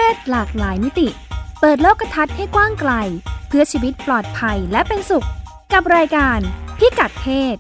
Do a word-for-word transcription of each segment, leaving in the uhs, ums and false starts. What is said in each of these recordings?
ศหลากหลายมิติเปิดโลกทัศน์ให้กว้างไกลเพื่อชีวิตปลอดภัยและเป็นสุขกับรายการพิกัดเพศ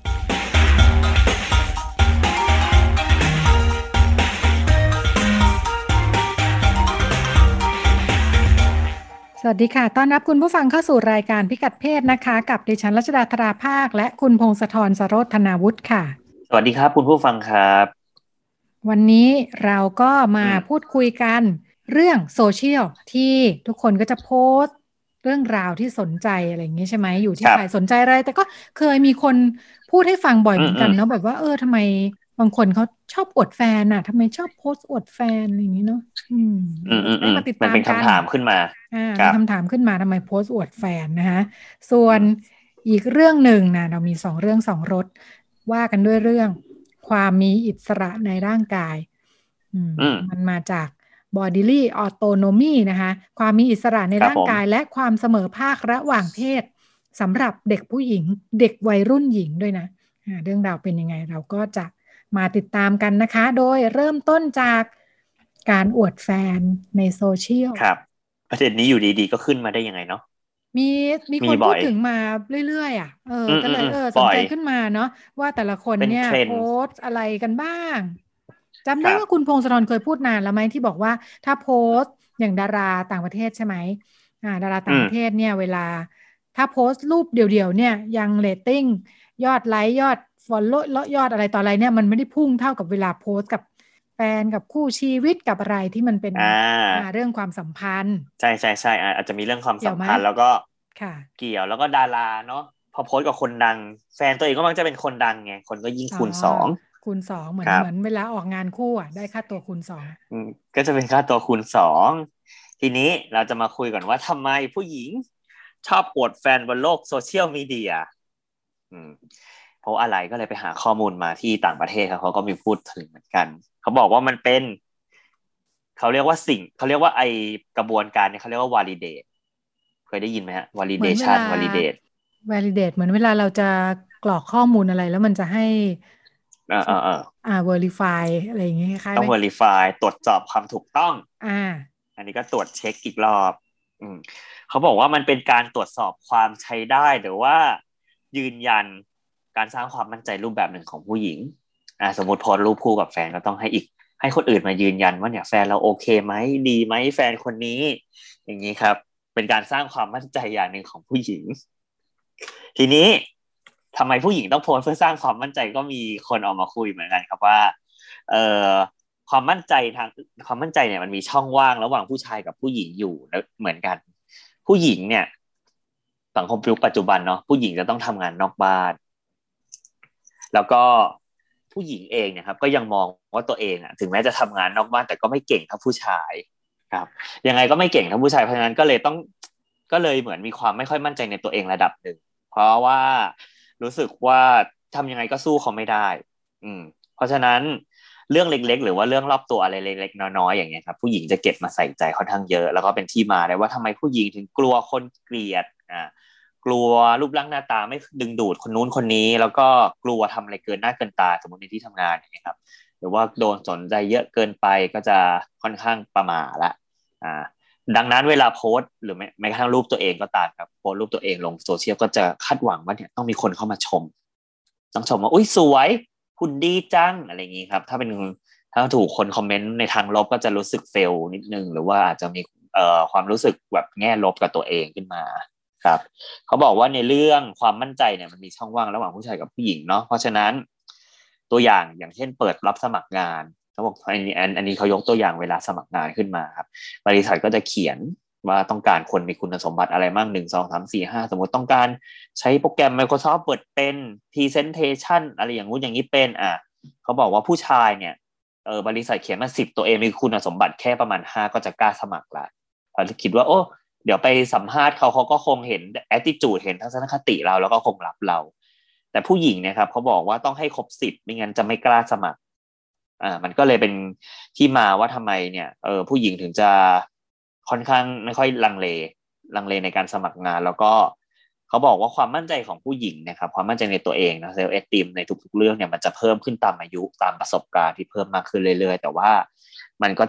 สวัสดีค่ะต้อนรับคุณผู้ฟังเข้าสู่รายการพิกัดเพศนะคะกับดิฉันรัชดาธราภาคและคุณพงศธร สโรจน์ธนาวุฒิค่ะสวัสดีครับคุณผู้ฟังครับวันนี้เราก็มาพูดคุยกันเรื่องโซเชียลที่ทุกคนก็จะโพสต์เรื่องราวที่สนใจอะไรอย่างนี้ใช่ไหมอยู่ที่ใครสนใจอะไรแต่ก็เคยมีคนพูดให้ฟังบ่อยเหมือนกันเนาะแบบว่าเออทำไมบางคนเขาชอบอวดแฟนน่ะทำไมชอบโพสต์อวดแฟนอะไรอย่างนี้เนาะอืมอืมอืมอืมมันเป็นคำถามขึ้นมาอ่ามีคำถามขึ้นมาทำไมโพสต์อวดแฟนนะคะส่วนอีกเรื่องหนึ่งนะเรามีสองเรื่องสองรสว่ากันด้วยเรื่องความมีอิสระในร่างกายอืมมันมาจาก bodily autonomy นะคะความมีอิสระในร่างกายและความเสมอภาคระหว่างเพศสำหรับเด็กผู้หญิงเด็กวัยรุ่นหญิงด้วยนะเรื่องราวเป็นยังไงเราก็จะมาติดตามกันนะคะโดยเริ่มต้นจากการอวดแฟนในโซเชียลครับประเด็นนี้อยู่ดีๆก็ขึ้นมาได้ยังไงเนาะมีมีคนพูดถึงมาเรื่อยๆอ่ะเออก็เลยเออสนใจขึ้นมาเนาะว่าแต่ละคนเนี่ยโพสต์อะไรกันบ้างจำได้ว่าคุณพงศธรเคยพูดนานแล้วไหมที่บอกว่าถ้าโพสต์อย่างดาราต่างประเทศใช่ไหมอ่าดาราต่างประเทศเนี่ยเวลาถ้าโพสต์รูปเดี่ยวๆเนี่ยยังเรตติ้งยอดไลค์ยอดฟอลโล่ยอดอะไรต่ออะไรเนี่ยมันไม่ได้พุ่งเท่ากับเวลาโพสต์กับแฟนกับคู่ชีวิตกับอะไรที่มันเป็นเรื่องความสัมพันธ์ใช่ใช่ใช่อาจจะมีเรื่องความสัมพันธ์แล้วก็เกี่ยวแล้วก็ดาราเนาะพอโพสต์กับคนดังแฟนตัวเองก็มักจะเป็นคนดังไงคนก็ยิ่งคูณสองคูณสองเหมือนเหมือนเวลาออกงานคู่อ่ะได้ค่าตัวคูณสองก็จะเป็นค่าตัวคูณสองทีนี้เราจะมาคุยก่อนว่าทำไมผู้หญิงชอบอวดแฟนบนโลกโซเชียลมีเดียอืมเพราะอะไรก็เลยไปหาข้อมูลมาที่ต่างประเทศเขาก็มีพูดถึงเหมือนกันเขาบอกว่ามันเป็นเขาเรียกว่าสิ่งเขาเรียกว่าไอกระบวนการเนี่ยเขาเรียกว่า validate เคยได้ยินไหมฮะ validation validate validate เหมือนเวลาเราจะกรอกข้อมูลอะไรแล้วมันจะให้อ่าอ่าอ่า verify อะไรอย่างเงี้ยคล้ายๆต้อง verify ตรวจสอบความถูกต้องอ่าอันนี้ก็ตรวจเช็คอีกรอบอืมเขาบอกว่ามันเป็นการตรวจสอบความใช้ได้หรือว่ายืนยันการสร้างความมั่นใจรูปแบบหนึ่งของผู้หญิงอ่าสมมติโพสต์รูปคู่กับแฟนก็ต้องให้อีกให้คนอื่นมายืนยันว่าเนี่ยแฟนเราโอเคไหมดีไหมแฟนคนนี้อย่างนี้ครับเป็นการสร้างความมั่นใจอย่างหนึ่งของผู้หญิงทีนี้ทำไมผู้หญิงต้องโพสต์เพื่อสร้างความมั่นใจก็มีคนออกมาคุยเหมือนกันครับว่าเอ่อความมั่นใจทางความมั่นใจเนี่ยมันมีช่องว่างระหว่างผู้ชายกับผู้หญิงอยู่แล้วเหมือนกันผู้หญิงเนี่ยสังคมยุคปัจจุบันเนาะผู้หญิงจะต้องทำงานนอกบ้านแล้วก็ผู้หญิงเองเนี่ยครับก็ยังมองว่าตัวเองอ่ะถึงแม้จะทำงานนอกบ้านแต่ก็ไม่เก่งเท่าผู้ชายครับยังไงก็ไม่เก่งเท่าผู้ชายเพราะฉะนั้นก็เลยต้องก็เลยเหมือนมีความไม่ค่อยมั่นใจในตัวเองระดับหนึ่งเพราะว่ารู้สึกว่าทำยังไงก็สู้เขาไม่ได้อืมเพราะฉะนั้นเรื่องเล็กๆหรือว่าเรื่องรอบตัวอะไรเล็กๆน้อยๆอย่างเงี้ยครับผู้หญิงจะเก็บมาใส่ใจค่อนข้างเยอะแล้วก็เป็นที่มาได้ว่าทำไมผู้หญิงถึงกลัวคนเกลียดอ่ากลัวรูปร่างหน้าตาไม่ดึงดูดคนนู้นคนนี้แล้วก็กลัวทำอะไรเกินหน้าเกินตาสมมติในที่ทำงานอย่างเงี้ยครับหรือว่าโดนสนใจเยอะเกินไปก็จะค่อนข้างประหม่าละอ่าดังนั้นเวลาโพสต์หรือแม้แม้กระทั่งรูปตัวเองก็ตามครับโพสต์รูปตัวเองลงโซเชียลก็จะคาดหวังว่าเนี่ยต้องมีคนเข้ามาชมต้องชมว่าอุ้ยสวยหุ่นดีจังอะไรอย่างงี้ครับถ้าเป็นถ้าถูกคนคอมเมนต์ในทางลบก็จะรู้สึกเฟลนิดนึงหรือว่าอาจจะมีเอ่อความรู้สึกแบบแง่ลบกับตัวเองขึ้นมาครับเขาบอกว่าในเรื่องความมั่นใจเนี่ยมันมีช่องว่างระหว่างผู้ชายกับผู้หญิงเนาะเพราะฉะนั้นตัวอย่างอย่างเช่นเปิดรับสมัครงานเขาบอกอันนี้อันนี้เขายกตัวอย่างเวลาสมัครงานขึ้นมาครับบริษัทก็จะเขียนว่าต้องการคนมีคุณสมบัติอะไรบ้างหนึ่ง สอง สาม สี่ ห้าสมมติต้องการใช้โปรแกรม Microsoft Word เป็น Presentation อะไรอย่างงู้นอย่างนี้เป็นอ่ะเขาบอกว่าผู้ชายเนี่ยเออบริษัทเขียนมาสิบตัวเองมีคุณสมบัติแค่ประมาณห้าก็จะกล้าสมัครละพอคิดว่าโอ้เดี๋ยวไปสัมภาษณ์เขาเขาก็คงเห็น attitude เห็นทัศนคติเราแล้วก็คงรับเราแต่ผู้หญิงเนี่ยครับเขาบอกว่าต้องให้ครบสิบไม่งั้นจะไม่กล้าสมัครอ่ามันก็เลยเป็นที่มาว่าทำไมเนี่ยเออผู้หญิงถึงจะค่อนข้างไม่ค่อยลังเลลังเลในการสมัครงานแล้วก็เขาบอกว่าความมั่นใจของผู้หญิงนะครับความมั่นใจในตัวเองนะเซลฟ์เอสติมในทุกๆเรื่องเนี่ยมันจะเพิ่มขึ้นตามอายุตามประสบการณ์ที่เพิ่มมากขึ้นเรื่อยๆแต่ว่ามันก็จะ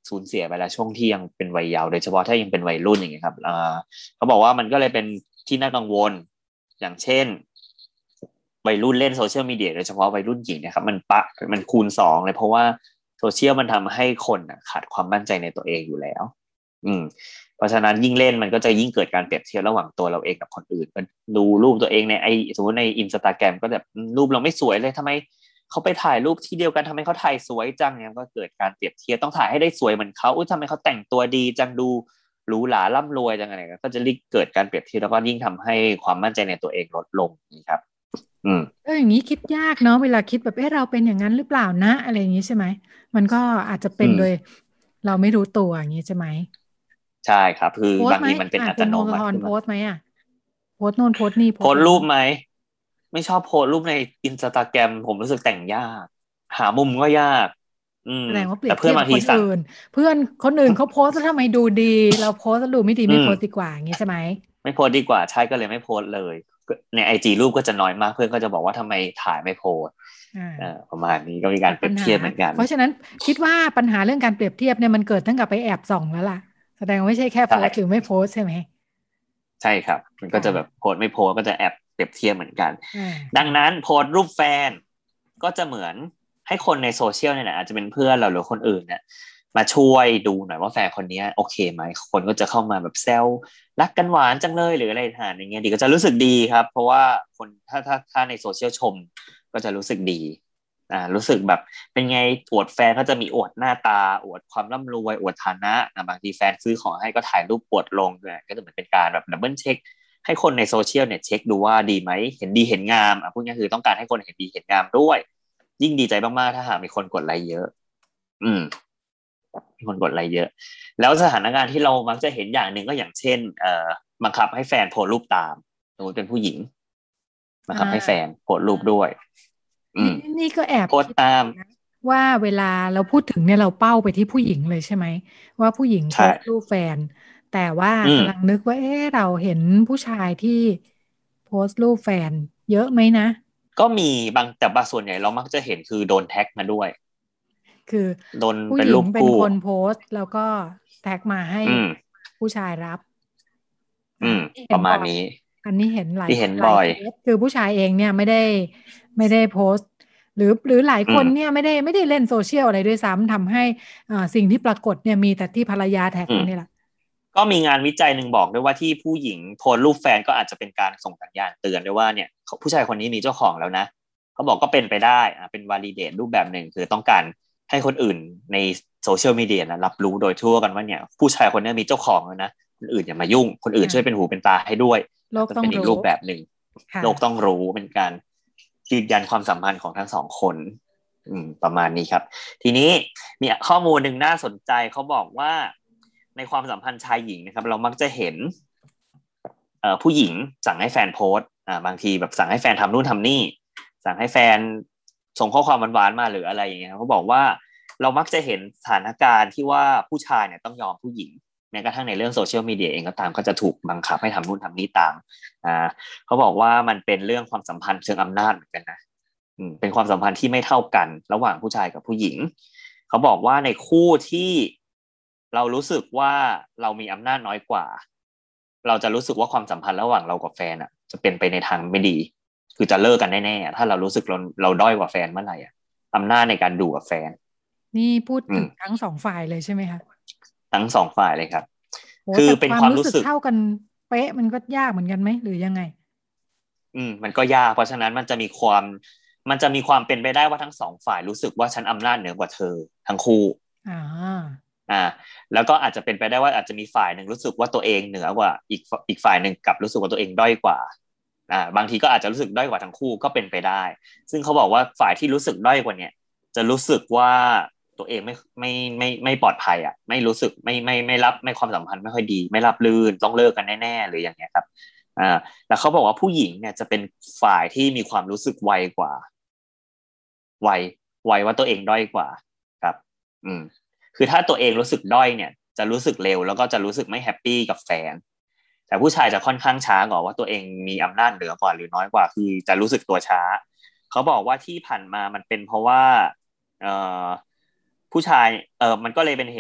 สูญเสียไปแล้วช่วงที่ยังเป็นวัยเยาว์โดยเฉพาะถ้ายังเป็นวัยรุ่นอย่างเงี้ยครับอ่าเขาบอกว่ามันก็เลยเป็นที่น่ากังวลอย่างเช่นวัยรุ่นเล่นโซเชียลมีเดียโดยเฉพาะวัยรุ่นหญิงนะครับมันปะมันคูณสองเลยเพราะว่าโซเชียลมันทำให้คนขาดความมั่นใจในตัวเองอยู่แล้วอืมเพราะฉะนั้นยิ่งเล่นมันก็จะยิ่งเกิดการเปรียบเทียบระหว่างตัวเราเองกับคนอื่นมันดูรูปตัวเองในไอสมมติใน Instagram ก็แบบรูปเราไม่สวยเลยทำไมเขาไปถ่ายรูปที่เดียวกันทำไมเขาถ่ายสวยจังเนี่ยก็เกิดการเปรียบเทียบต้องถ่ายให้ได้สวยเหมือนเขาอุ้ยทำไมเขาแต่งตัวดีจังดูหรูหราร่ำรวยจังอะไรก็จะยิ่งเกิดการเปรียบเทียบแล้วก็ยิ่งทำให้ความมั่นใจในตัวเองลดลงนี่ครับอืมเอออย่างนี้คิดยากเนาะเวลาคิดแบบเออเราเป็นอย่างนั้นหรือเปล่านะอะไรอย่างนี้ใช่ไหมมันก็อาจจะเป็นโดยเราไม่รู้ตัวอย่างนี้ใช่ไหมใช่ครับคือบางทีมันเป็นอัตโนมัติคุณโพสไหมอ่ะโพสโน่นโพสนี่โพสรูปไหมไม่ชอบโพสรูปในอินสตาแกรมผมรู้สึกแต่งยากหามุมก็ยากแสดงว่าเปรียบเทียบกับคนอื่นเพื่อนคนอื่นเขาโพสแล้วทำไมดูดีเราโพสแล้วดูไม่ดีไม่โพสดีกว่าอย่างนี้ใช่ไหมไม่โพสดีกว่าใช่ก็เลยไม่โพสเลยในไอจีรูปก็จะน้อยมากเพื่อนก็จะบอกว่าทำไมถ่ายไม่โพสอ่าประมาณนี้ก็มีการเปรียบเทียบเหมือนกันเพราะฉะนั้นคิดว่าปัญหาเรื่องการเปรียบเทียบเนี่ยมันเกิดตั้งแต่ไปแอบส่องแล้วล่ะแสดงไม่ใช่แค่โพสหรือไม่โพสใช่ไหมใช่ครับมันก็จะแบบโพสไม่โพสก็จะแอบเปรียบเทียบเหมือนกันดังนั้นโพสรูปแฟนก็จะเหมือนให้คนในโซเชียลเนี่ยอาจจะเป็นเพื่อนเราหรือคนอื่นเนี่ยมาช่วยดูหน่อยว่าแฟนคนนี้โอเคไหมคนก็จะเข้ามาแบบแซวรักกันหวานจังเลยหรืออะไรทานอย่างเงี้ยดีก็จะรู้สึกดีครับเพราะว่าคนถ้าถ้าถ้าในโซเชียลชมก็จะรู้สึกดีอ่ารู้สึกแบบเป็นไงอวดแฟนก็จะมีอวดหน้าตาอวดความร่ำรวยอวดฐานะบางทีแฟนซื้อของให้ก็ถ่ายรูปอวดลงเนี่ยก็จะเหมือนเป็นการแบบดับเบิลเช็คให้คนในโซเชียลเนี่ยเช็คดูว่าดีไหมเห็นดีเห็นงามอ่ะพวกนี้คือต้องการให้คนเห็นดีเห็นงามด้วยยิ่งดีใจมากๆถ้าหากมีคนกดไลค์เยอะอืมมีคนกดไลค์เยอะแล้วสถานการณ์ที่เรามักจะเห็นอย่างหนึ่งก็อย่างเช่นเอ่อบังคับให้แฟนโพสรูปตามสมมติเป็นผู้หญิงบังคับให้แฟนโพสรูปด้วยอืมนี่ก็แอบโพสตามว่าเวลาเราพูดถึงเนี่ยเราเป้าไปที่ผู้หญิงเลยใช่ไหมว่าผู้หญิงโพสรูปแฟนแต่ว่ากำลังนึกว่าเอ๊ะเราเห็นผู้ชายที่โพสรูปแฟนเยอะไหมนะก็มีบางแต่บางส่วนใหญ่เรามักจะเห็นคือโดนแท็กมาด้วยคือโดนผู้หญิงเป็นคนโพสต์แล้วก็แท็กมาให้ผู้ชายรับอืมประมาณนี้อันนี้เห็นหลายที่เห็นบ่อยคือผู้ชายเองเนี่ยไม่ได้ไม่ได้โพสต์หรือหรือหลายคนเนี่ยไม่ได้ไม่ได้เล่นโซเชียลอะไรด้วยซ้ำทำให้อ่าสิ่งที่ปรากฏเนี่ยมีแต่ที่ภรรยาแท็กมานี่แหละก็มีงานวิจัยหนึ่งบอกด้วยว่าที่ผู้หญิงโพสรูปแฟนก็อาจจะเป็นการส่งสัญญาณเตือนด้วยว่าเนี่ยผู้ชายคนนี้มีเจ้าของแล้วนะเขาบอกก็เป็นไปได้อ่าเป็นวาลิเดตรูปแบบหนึ่งคือต้องการให้คนอื่นในโซเชียลมีเดียนะรับรู้โดยทั่วกันว่าเนี่ยผู้ชายคนนี้มีเจ้าของแล้วนะคนอื่นอย่ามายุ่งคนอื่นช่วยเป็นหูเป็นตาให้ด้วยโลกต้องเป็นอีกรูปแบบหนึ่งโลกต้องรู้เป็นการยืนยันความสัมพันธ์ของทั้งสองคนอืมประมาณนี้ครับทีนี้มีข้อมูลหนึ่งน่าสนใจเขาบอกว่าในความสัมพันธ์ชายหญิงนะครับเรามักจะเห็นเอ่อผู้หญิงสั่งให้แฟนโพสต์อ่าบางทีแบบสั่งให้แฟนทำนู่นทำนี่สั่งให้แฟนส่งข้อความหวานๆมาหรืออะไรอย่างเงี้ยเขาบอกว่าเรามักจะเห็นสถานการณ์ที่ว่าผู้ชายเนี่ยต้องยอมผู้หญิงแม้กระทั่งในเรื่องโซเชียลมีเดียเองก็ตามก็จะถูกบังคับให้ทำนู่นทำนี่ตามอ่าเขาบอกว่ามันเป็นเรื่องความสัมพันธ์เชิงอำนาจเหมือนกันนะอืมเป็นความสัมพันธ์ที่ไม่เท่ากันระหว่างผู้ชายกับผู้หญิงเขาบอกว่าในคู่ที่เรารู้สึกว่าเรามีอำนาจน้อยกว่าเราจะรู้สึกว่าความสัมพันธ์ระหว่างเรากับแฟนอ่ะจะเป็นไปในทางไม่ดีคือจะเลิกกันแน่ๆถ้าเรารู้สึกเราเราด้อยกว่าแฟนเมื่อไหร่อ่ะอำนาจในการดูกับแฟนนี่พูดถึงทั้งสองฝ่ายเลยใช่ไหมคะทั้งสองฝ่ายเลยครับคือเป็นความรู้สึกเท่ากันเป๊ะมันก็ยากเหมือนกันไหมหรือยังไงอืมมันก็ยากเพราะฉะนั้นมันจะมีความมันจะมีความเป็นไปได้ว่าทั้งสองฝ่ายรู้สึกว่าฉันอำนาจเหนือกว่าเธอทั้งคู่อ่าอ่าแล้วก็อาจจะเป็นไปได้ว่าอาจจะมีฝ่ายหนึ่งรู้สึกว่าตัวเองเหนือกว่าอีกอีกฝ่ายหนึ่งกลับรู้สึกว่าตัวเองด้อยกว่าอ่าบางทีก็อาจจะรู้สึกด้อยกว่าทั้งคู่ก็เป็นไปได้ซึ่งเขาบอกว่าฝ่ายที่รู้สึกด้อยกว่าเนี่ยจะรู้สึกว่าตัวเองไม่ไม่ไม่ไม่ปลอดภัยอ่ะไม่รู้สึกไม่ไม่ไม่รับไม่ความสัมพันธ์ไม่ค่อยดีไม่รับลื่นต้องเลิกกันแน่ๆหรืออย่างเงี้ยครับอ่าแล้วเขาบอกว่าผู้หญิงเนี่ยจะเป็นฝ่ายที่มีความรู้สึกไวกว่าไวไวว่าตัวเองด้อยกว่าครับอืมคือถ้าตัวเองรู้สึกด้อยเนี่ยจะรู้สึกเร็วแล้วก็จะรู้สึกไม่แฮปปี้กับแฟนแต่ผู้ชายจะค่อนข้างช้ากว่าว่าตัวเองมีอำนาจเหนือกว่าหรือน้อยกว่าคือจะรู้สึกตัวช้าเขาบอกว่าที่ผ่านมามันเป็นเพราะว่าเอ่อผู้ชายเออมันก็เลยเป็นเห็น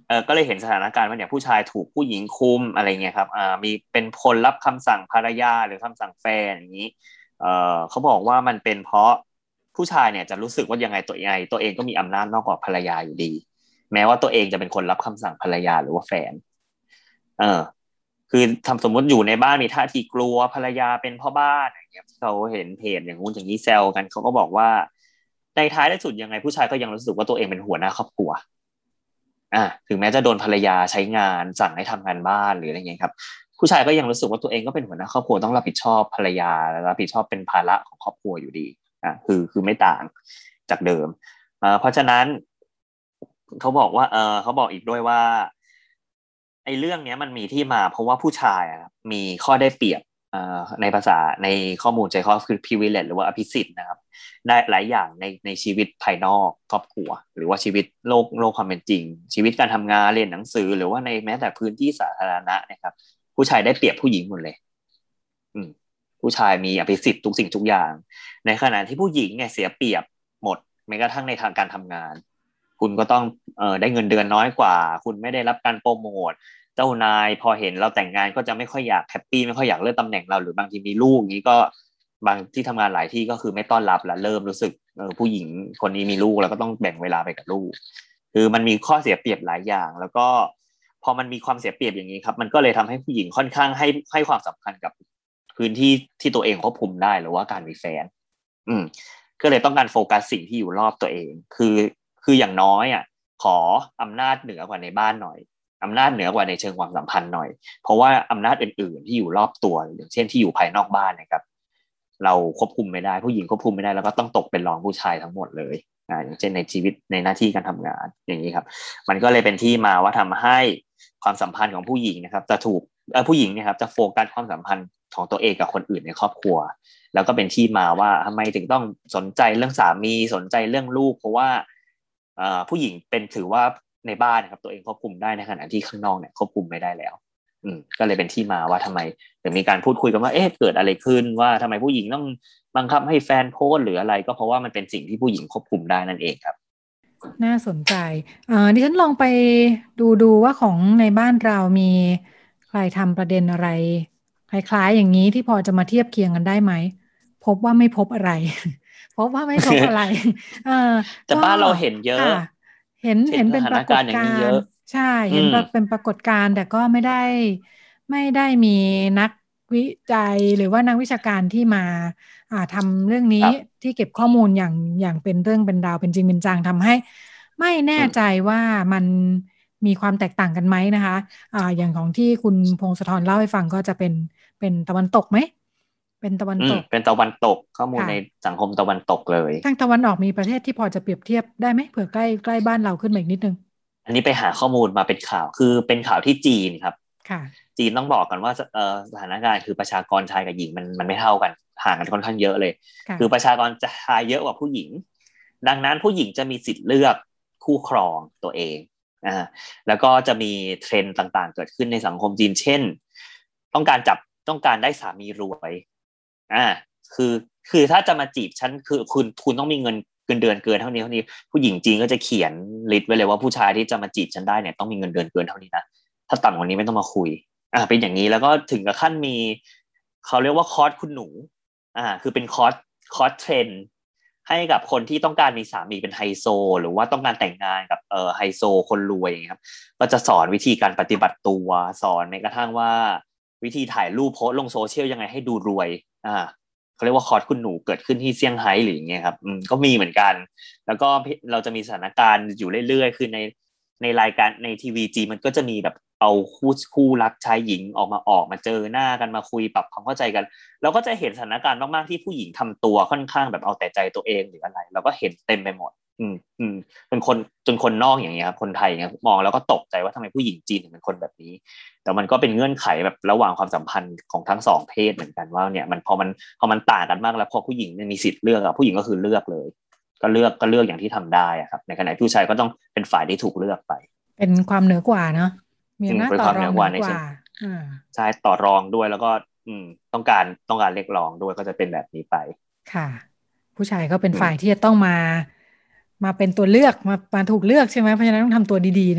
เออก็เลยเห็นสถานการณ์ว่าเนี่ยผู้ชายถูกผู้หญิงคุมอะไรเงี้ยครับอ่ามีเป็นพลรับคำสั่งภรรยาหรือคำสั่งแฟนอย่างนี้เออเขาบอกว่ามันเป็นเพราะผู้ชายเนี่ยจะรู้สึกว่ายังไงตัวเองตัวเองก็มีอำนาจมากกว่าภรรยาอยู่ดีแม้ว่าตัวเองจะเป็นคนรับคำสั่งภรรยาหรือว่าแฟนเออคือทำสมมติอยู่ในบ้านมีท่าทีกลัวภรรยาเป็นพ่อบ้านอย่างเงี้ยเขาเห็นเพจอย่างงู้นอย่างนี้แซวกันเขาก็บอกว่าในท้ายที่สุดยังไงผู้ชายก็ยังรู้สึกว่าตัวเองเป็นหัวหน้าครอบครัวอ่าถึงแม้จะโดนภรรยาใช้งานสั่งให้ทำงานบ้านหรืออะไรเงี้ยครับผู้ชายก็ยังรู้สึกว่าตัวเองก็เป็นหัวหน้าครอบครัวต้องรับผิดชอบภรรยาและรับผิดชอบเป็นภาระของครอบครัวอยู่ดีอ่าคือคือไม่ต่างจากเดิมอ่าเพราะฉะนั้นเขาบอกว่าเออเขาบอกอีกด้วยว่าไอ้เรื่องนี้มันมีที่มาเพราะว่าผู้ชายอ่ะมีข้อได้เปรียบอ่าในภาษาในข้อมูลใจข้อคือ privilege หรือว่าอภิสิทธิ์นะครับได้หลายอย่างในในชีวิตภายนอกครอบครัวหรือว่าชีวิตโลกโลกความเป็นจริงชีวิตการทำงานเรียนหนังสือหรือว่าในแม้แต่พื้นที่สาธารณะนะครับผู้ชายได้เปรียบผู้หญิงหมดเลยอืมผู้ชายมีอภิสิทธิ์ทุกสิ่งทุกอย่างในขณะที่ผู้หญิงเนี่ยเสียเปรียบหมดแม้กระทั่งในทางการทำงานคุณก็ต้องเอ่อได้เงินเดือนน้อยกว่าคุณไม่ได้รับการโปรโมทเจ้านายพอเห็นเราแต่งงานก็จะไม่ค่อยอยากแฮปปี้ไม่ค่อยอยากเลื่อนตำแหน่งเราหรือบางทีมีลูกนี้ก็บางที่ทำงานหลายที่ก็คือไม่ต้อนรับและเริ่มรู้สึกเออผู้หญิงคนนี้มีลูกแล้วก็ต้องแบ่งเวลาไปกับลูกคือมันมีข้อเสียเปรียบหลายอย่างแล้วก็พอมันมีความเสียเปรียบอย่างนี้ครับมันก็เลยทำให้ผู้หญิงค่อนข้างให้ให้ความสำคัญกับพื้นที่ที่ตัวเองควบคุมได้หรือว่าการมีแฟนอืมก็เลยต้องการโฟกัสสิ่งที่อยู่รอบตัวเองคือคืออย่างน้อยอ่ะขออำนาจเหนือกว่าในบ้านหน่อยอำนาจเหนือกว่าในเชิงความสัมพันธ์หน่อยเพราะว่าอำนาจอื่นๆที่อยู่รอบตัวอย่างเช่นที่อยู่ภายนอกบ้านนะครับเราควบคุมไม่ได้ผู้หญิงควบคุมไม่ได้แล้วก็ต้องตกเป็นรองผู้ชายทั้งหมดเลยอ่าอย่างเช่นในชีวิตในหน้าที่การทำงานอย่างนี้ครับมันก็เลยเป็นที่มาว่าทำให้ความสัมพันธ์ของผู้หญิงนะครับจะถูกเอ่อผู้หญิงเนี่ยครับจะโฟกัสความสัมพันธ์ของตัวเองกับคนอื่นในครอบครัวแล้วก็เป็นที่มาว่าทำไมถึงต้องสนใจเรื่องสามีสนใจเรื่องลูกเพราะว่าอ่าผู้หญิงเป็นถือว่าในบ้านนะครับตัวเองควบคุมได้ในขณะที่ข้างนอกเนี่ยควบคุมไม่ได้แล้วอืมก็เลยเป็นที่มาว่าทำไมถึงมีการพูดคุยกันว่าเอ๊ะเกิดอะไรขึ้นว่าทำไมผู้หญิงต้องบังคับให้แฟนโพสหรืออะไรก็เพราะว่ามันเป็นสิ่งที่ผู้หญิงควบคุมได้นั่นเองครับน่าสนใจอ่าดิฉันลองไปดูดูว่าของในบ้านเรามีใครทำประเด็นอะไรคล้ายๆอย่างนี้ที่พอจะมาเทียบเคียงกันได้ไหมพบว่าไม่พบอะไร พบว่าไม่พบอะไรเออแต่บ้านเราเห็นเยอะเห็นเห็นเป็นปรากฏการณ์ใช่เห็นเป็นปรากฏการณ์แต่ก็ไม่ได้ไม่ได้มีนักวิจัยหรือว่านักวิชาการที่มาอ่าทำเรื่องนี้ที่เก็บข้อมูลอย่างอย่างเป็นเรื่องเป็นราวเป็นจริงเป็นจังทำให้ไม่แน่ใจว่ามันมีความแตกต่างกันไหมนะคะอ่าอย่างของที่คุณพงศธรเล่าให้ฟังก็จะเป็นเป็นตะวันตกไหมเป็นตะวันตกเป็นตะวันตกข้อมูลในสังคมตะวันตกเลยทางตะวันออกมีประเทศที่พอจะเปรียบเทียบได้ไหมเผื่อใกล้ใกล้บ้านเราขึ้นมาอีกนิดนึงอันนี้ไปหาข้อมูลมาเป็นข่าวคือเป็นข่าวที่จีนครับค่ะจีนต้องบอกกันว่าเอ่อสถานการณ์คือประชากรชายกับหญิงมันมันไม่เท่ากันห่างกันค่อนข้างเยอะเลยคือประชากรชายเยอะกว่าผู้หญิงดังนั้นผู้หญิงจะมีสิทธิ์เลือกคู่ครองตัวเองอ่าแล้วก็จะมีเทรนด์ต่างๆเกิดขึ้นในสังคมจีนเช่นต้องการจับต้องการได้สามีรวยอ่าคือคือถ้าจะมาจีบฉันคือคุณคุณต้องมีเงินเงินเดือนเกินเท่านี้เท่านี้ผู้หญิงจีนก็จะเขียนลิสต์ไว้เลยว่าผู้ชายที่จะมาจีบฉันได้เนี่ยต้องมีเงินเดือนเกินเท่านี้นะถ้าต่ำกว่านี้ไม่ต้องมาคุยอ่าเป็นอย่างนี้แล้วก็ถึงกับขั้นมีเขาเรียกว่าคอร์สคุณหนูอ่าคือเป็นคอร์สคอร์สเทรนให้กับคนที่ต้องการมีสามีเป็นไฮโซหรือว่าต้องการแต่งงานกับเอ่อไฮโซคนรวยอย่างเงี้ยครับก็จะสอนวิธีการปฏิบัติตัวสอนแม้กระทั่งว่าวิธีถ่ายรูปโพสลงโซเชียลยังไงให้ดูรวยอ่าเขาเรียกว่าคอร์สคุณหนูเกิดขึ้นที่เซี่ยงไฮ้หรืออย่างเงี้ยครับอืมก็มีเหมือนกันแล้วก็เราจะมีสถานการณ์อยู่เรื่อยๆคือในในรายการในทีวีจีมันก็จะมีแบบเอาคู่คู่รักชายหญิงออกมาออกมาเจอหน้ากันมาคุยปรับความเข้าใจกันเราก็จะเห็นสถานการณ์มากๆที่ผู้หญิงทำตัวค่อนข้างแบบเอาแต่ใจตัวเองหรืออะไรเราก็เห็นเต็มไปหมดอืมอืมจนคนจนคนนอกอย่างเงี้ยครับคนไทยอย่างเงี้ยมองแล้วก็ตกใจว่าทำไมผู้หญิงจีนถึงเป็นคนแบบนี้แต่มันก็เป็นเงื่อนไขแบบระหว่างความสัมพันธ์ของทั้งสองเพศเหมือนกันว่าเนี่ยมันพอมันพอมันต่างกันมากแล้วพอผู้หญิงมีสิทธิ์เลือกอะผู้หญิงก็คือเลือกเลยก็เลือกก็เลือกอย่างที่ทำได้อะครับในขณะผู้ชายก็ต้องเป็นฝ่ายที่ถูกเลือกไปเป็นความเหนือกว่าเนาะมีอำนาจต่อรองเหนือกว่าใช่ต่อรองด้วยแล้วก็อืมต้องการต้องการเรียกร้องด้วยก็จะเป็นแบบนี้ไปค่ะผู้ชายก็เป็นฝ่ายที่จะต้องมามาเป็นตัวเลือกมามาถูกเลือกใช่ไหมเพราะฉะนั้นต้องทำตัวดีๆหน่อย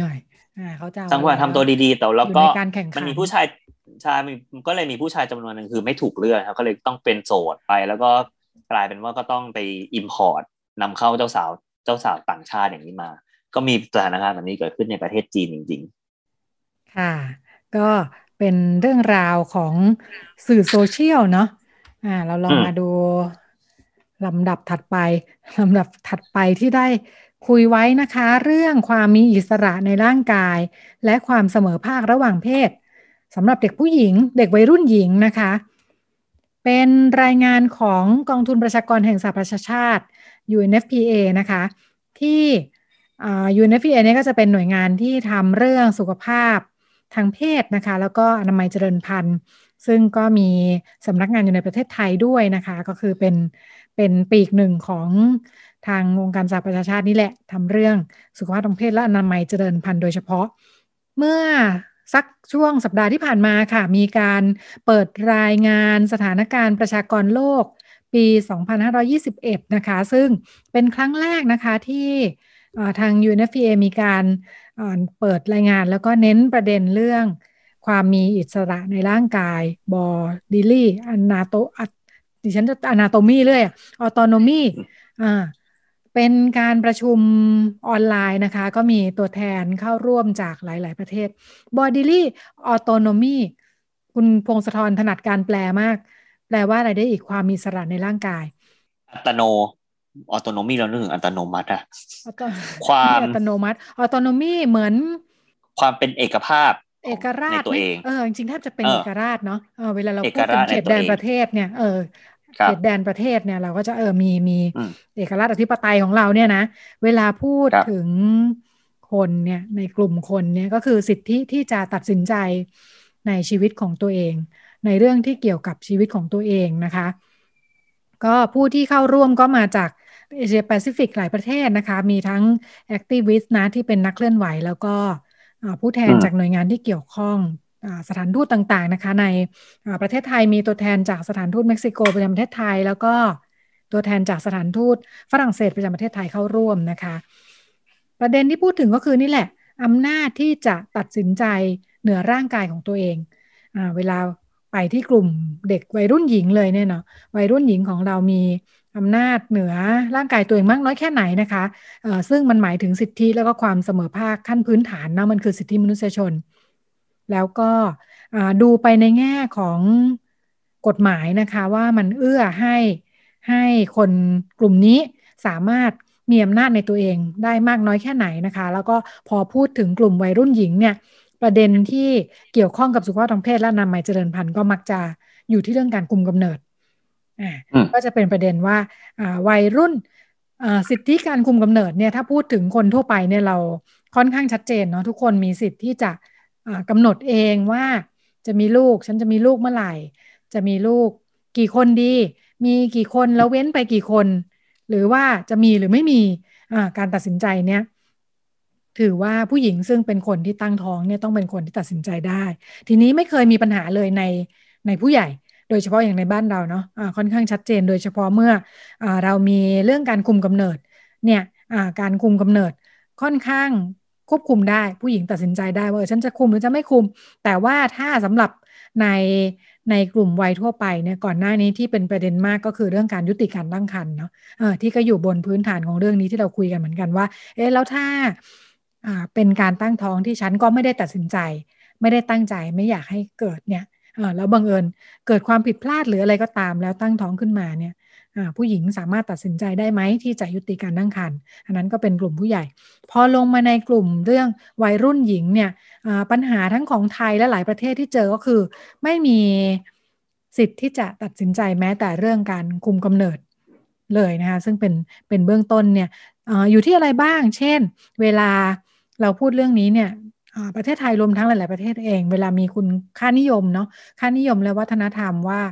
อ่าเขาจะสังคมทำตัวดีๆแต่แล้วก็มันมีผู้ชายชายมันก็เลยมีผู้ชายจำนวนหนึ่งคือไม่ถูกเลือกครับก็เลยต้องเป็นโสดไปแล้วก็กลายเป็นว่าก็ต้องไปอิมพอร์ตนำเข้าเจ้าสาวเจ้าสาวต่างชาติอย่างนี้มาก็มีสถานการณ์แบบนี้เกิดขึ้นในประเทศจีนจริงๆค่ะก็เป็นเรื่องราวของสื่อโซเชียลเนาะอ่าเราลองมาดูลำดับถัดไปลำดับถัดไปที่ได้คุยไว้นะคะเรื่องความมีอิสระในร่างกายและความเสมอภาคระหว่างเพศสำหรับเด็กผู้หญิงเด็กวัยรุ่นหญิงนะคะเป็นรายงานของกองทุนประชากรแห่งสหประชาชาติ ยู เอ็น เอฟ พี เอ นะคะที่ยู เอ็น เอฟ พี เอ เนี่ยก็จะเป็นหน่วยงานที่ทำเรื่องสุขภาพทางเพศนะคะแล้วก็อนามัยเจริญพันธุ์ซึ่งก็มีสำนักงานอยู่ในประเทศไทยด้วยนะคะก็คือเป็นเป็นปีกหนึ่งของทางองค์การสหประชาชาตินี่แหละทำเรื่องสุขภาพทางเพศและอนามัยเจริญพันธุ์โดยเฉพาะเมื่อสักช่วงสัปดาห์ที่ผ่านมาค่ะมีการเปิดรายงานสถานการณ์ประชากรโลกปี สองพันห้าร้อยยี่สิบเอ็ด นะคะซึ่งเป็นครั้งแรกนะคะที่ทาง ยู เอ็น เอฟ พี เอ มีการเปิดรายงานแล้วก็เน้นประเด็นเรื่องความมีอิสระในร่างกาย bodily anatomy ดิฉันจะ anatomy เลยออโตโนมีอ่าเป็นการประชุมออนไลน์นะคะก็มีตัวแทนเข้าร่วมจากหลายๆประเทศ bodily autonomy คุณพงศธรถนัดการแปลมากแปลว่าอะไรได้อีกความมีอิสระในร่างกายอัตโนออโตโนมีเรานึกถึงอัตโนมัติอะความอัตโนมัติออโตโนมีเหมือนความเป็นเอกภาพเอกราชในตัวเองเออจริงๆแทบจะเป็นเอกราชเนาะเออเวลาเราพูดถึงเขตแดนประเทศเนี่ยเออเขตแดนประเทศเนี่ยเราก็จะเออมีมีเอกราชอธิปไตยของเราเนี่ยนะเวลาพูดถึงคนเนี่ยในกลุ่มคนเนี่ยก็คือสิทธิที่จะตัดสินใจในชีวิตของตัวเองในเรื่องที่เกี่ยวกับชีวิตของตัวเองนะคะก็ผู้ที่เข้าร่วมก็มาจากเอเชียแปซิฟิกหลายประเทศนะคะมีทั้งแอคทิวิสต์นะที่เป็นนักเคลื่อนไหวแล้วก็ผู้แทนจากหน่วยงานที่เกี่ยวข้องสถานทูตต่างๆนะคะในประเทศไทยมีตัวแทนจากสถานทูตเม็กซิโกประจำประเทศไทยแล้วก็ตัวแทนจากสถานทูตฝรั่งเศสประจำประเทศไทยเข้าร่วมนะคะประเด็นที่พูดถึงก็คือนี่แหละอำนาจที่จะตัดสินใจเหนือร่างกายของตัวเองอ่าเวลาไปที่กลุ่มเด็กวัยรุ่นหญิงเลยเนี่ยเนาะวัยรุ่นหญิงของเรามีอำนาจเหนือร่างกายตัวเองมากน้อยแค่ไหนนะคะเอ่อซึ่งมันหมายถึงสิทธิแล้วก็ความเสมอภาคขั้นพื้นฐานนะมันคือสิทธิมนุษยชนแล้วก็ดูไปในแง่ของกฎหมายนะคะว่ามันเอื้อให้ให้คนกลุ่มนี้สามารถมีอำนาจในตัวเองได้มากน้อยแค่ไหนนะคะแล้วก็พอพูดถึงกลุ่มวัยรุ่นหญิงเนี่ยประเด็นที่เกี่ยวข้องกับสุขภาพทางเพศและอนามัยเจริญพันธุ์ก็มักจะอยู่ที่เรื่องการคุมกำเนิดอ่าก็จะเป็นประเด็นว่าอ่าวัยรุ่นอ่าสิทธิการคุมกำเนิดเนี่ยถ้าพูดถึงคนทั่วไปเนี่ยเราค่อนข้างชัดเจนเนาะทุกคนมีสิทธิ์ที่จะกำหนดเองว่าจะมีลูกฉันจะมีลูกเมื่อไหร่จะมีลูกกี่คนดีมีกี่คนแล้วเว้นไปกี่คนหรือว่าจะมีหรือไม่มีการตัดสินใจเนี่ยถือว่าผู้หญิงซึ่งเป็นคนที่ตั้งท้องเนี่ยต้องเป็นคนที่ตัดสินใจได้ทีนี้ไม่เคยมีปัญหาเลยในในผู้ใหญ่โดยเฉพาะอย่างในบ้านเราเนาะะค่อนข้างชัดเจนโดยเฉพาะเมื่ออเรามีเรื่องการคุมกำเนิดเนี่ยการคุมกำเนิดค่อนข้างควบคุมได้ผู้หญิงตัดสินใจได้ว่าฉันจะคุมหรือจะไม่คุมแต่ว่าถ้าสำหรับในในกลุ่มวัยทั่วไปเนี่ยก่อนหน้านี้ที่เป็นประเด็นมากก็คือเรื่องการยุติการตั้งครรภ์เนาะเออที่ก็อยู่บนพื้นฐานของเรื่องนี้ที่เราคุยกันเหมือนกันว่าเอ๊ะแล้วถ้าอ่าเป็นการตั้งท้องที่ฉันก็ไม่ได้ตัดสินใจไม่ได้ตั้งใจไม่อยากให้เกิดเนี่ยเออแล้วบังเอิญเกิดความผิดพลาดหรืออะไรก็ตามแล้วตั้งท้องขึ้นมาเนี่ยผู้หญิงสามารถตัดสินใจได้ไหมที่จะยุติการตั้งครรภ์อันนั้นก็เป็นกลุ่มผู้ใหญ่พอลงมาในกลุ่มเรื่องวัยรุ่นหญิงเนี่ยปัญหาทั้งของไทยและหลายประเทศที่เจอก็คือไม่มีสิทธิ์ที่จะตัดสินใจแม้แต่เรื่องการคุมกำเนิดเลยนะคะซึ่งเป็นเป็นเบื้องต้นเนี่ย อ, อยู่ที่อะไรบ้างเช่นเวลาเราพูดเรื่องนี้เนี่ยประเทศไทยรวมทั้งหลายๆประเทศเองเวลามีคุณค่านิยมเนาะค่านิยมและวัฒนธรรมว่า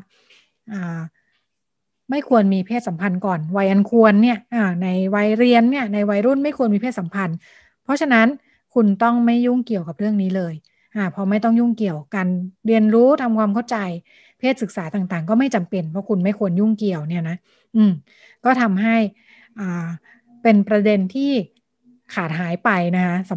ไม่ควรมีเพศสัมพันธ์ก่อนวัยอันควรเนี่ยในวัยเรียนเนี่ยในวัยรุ่นไม่ควรมีเพศสัมพันธ์เพราะฉะนั้นคุณต้องไม่ยุ่งเกี่ยวกับเรื่องนี้เลยอ่าพอไม่ต้องยุ่งเกี่ยวกันเรียนรู้ทำความเข้าใจเพศศึกษาต่างๆก็ไม่จำเป็นเพราะคุณไม่ควรยุ่งเกี่ยวเนี่ยนะอืมก็ทำให้อ่าเป็นประเด็นที่ขาดหายไปนะคะสำหรับ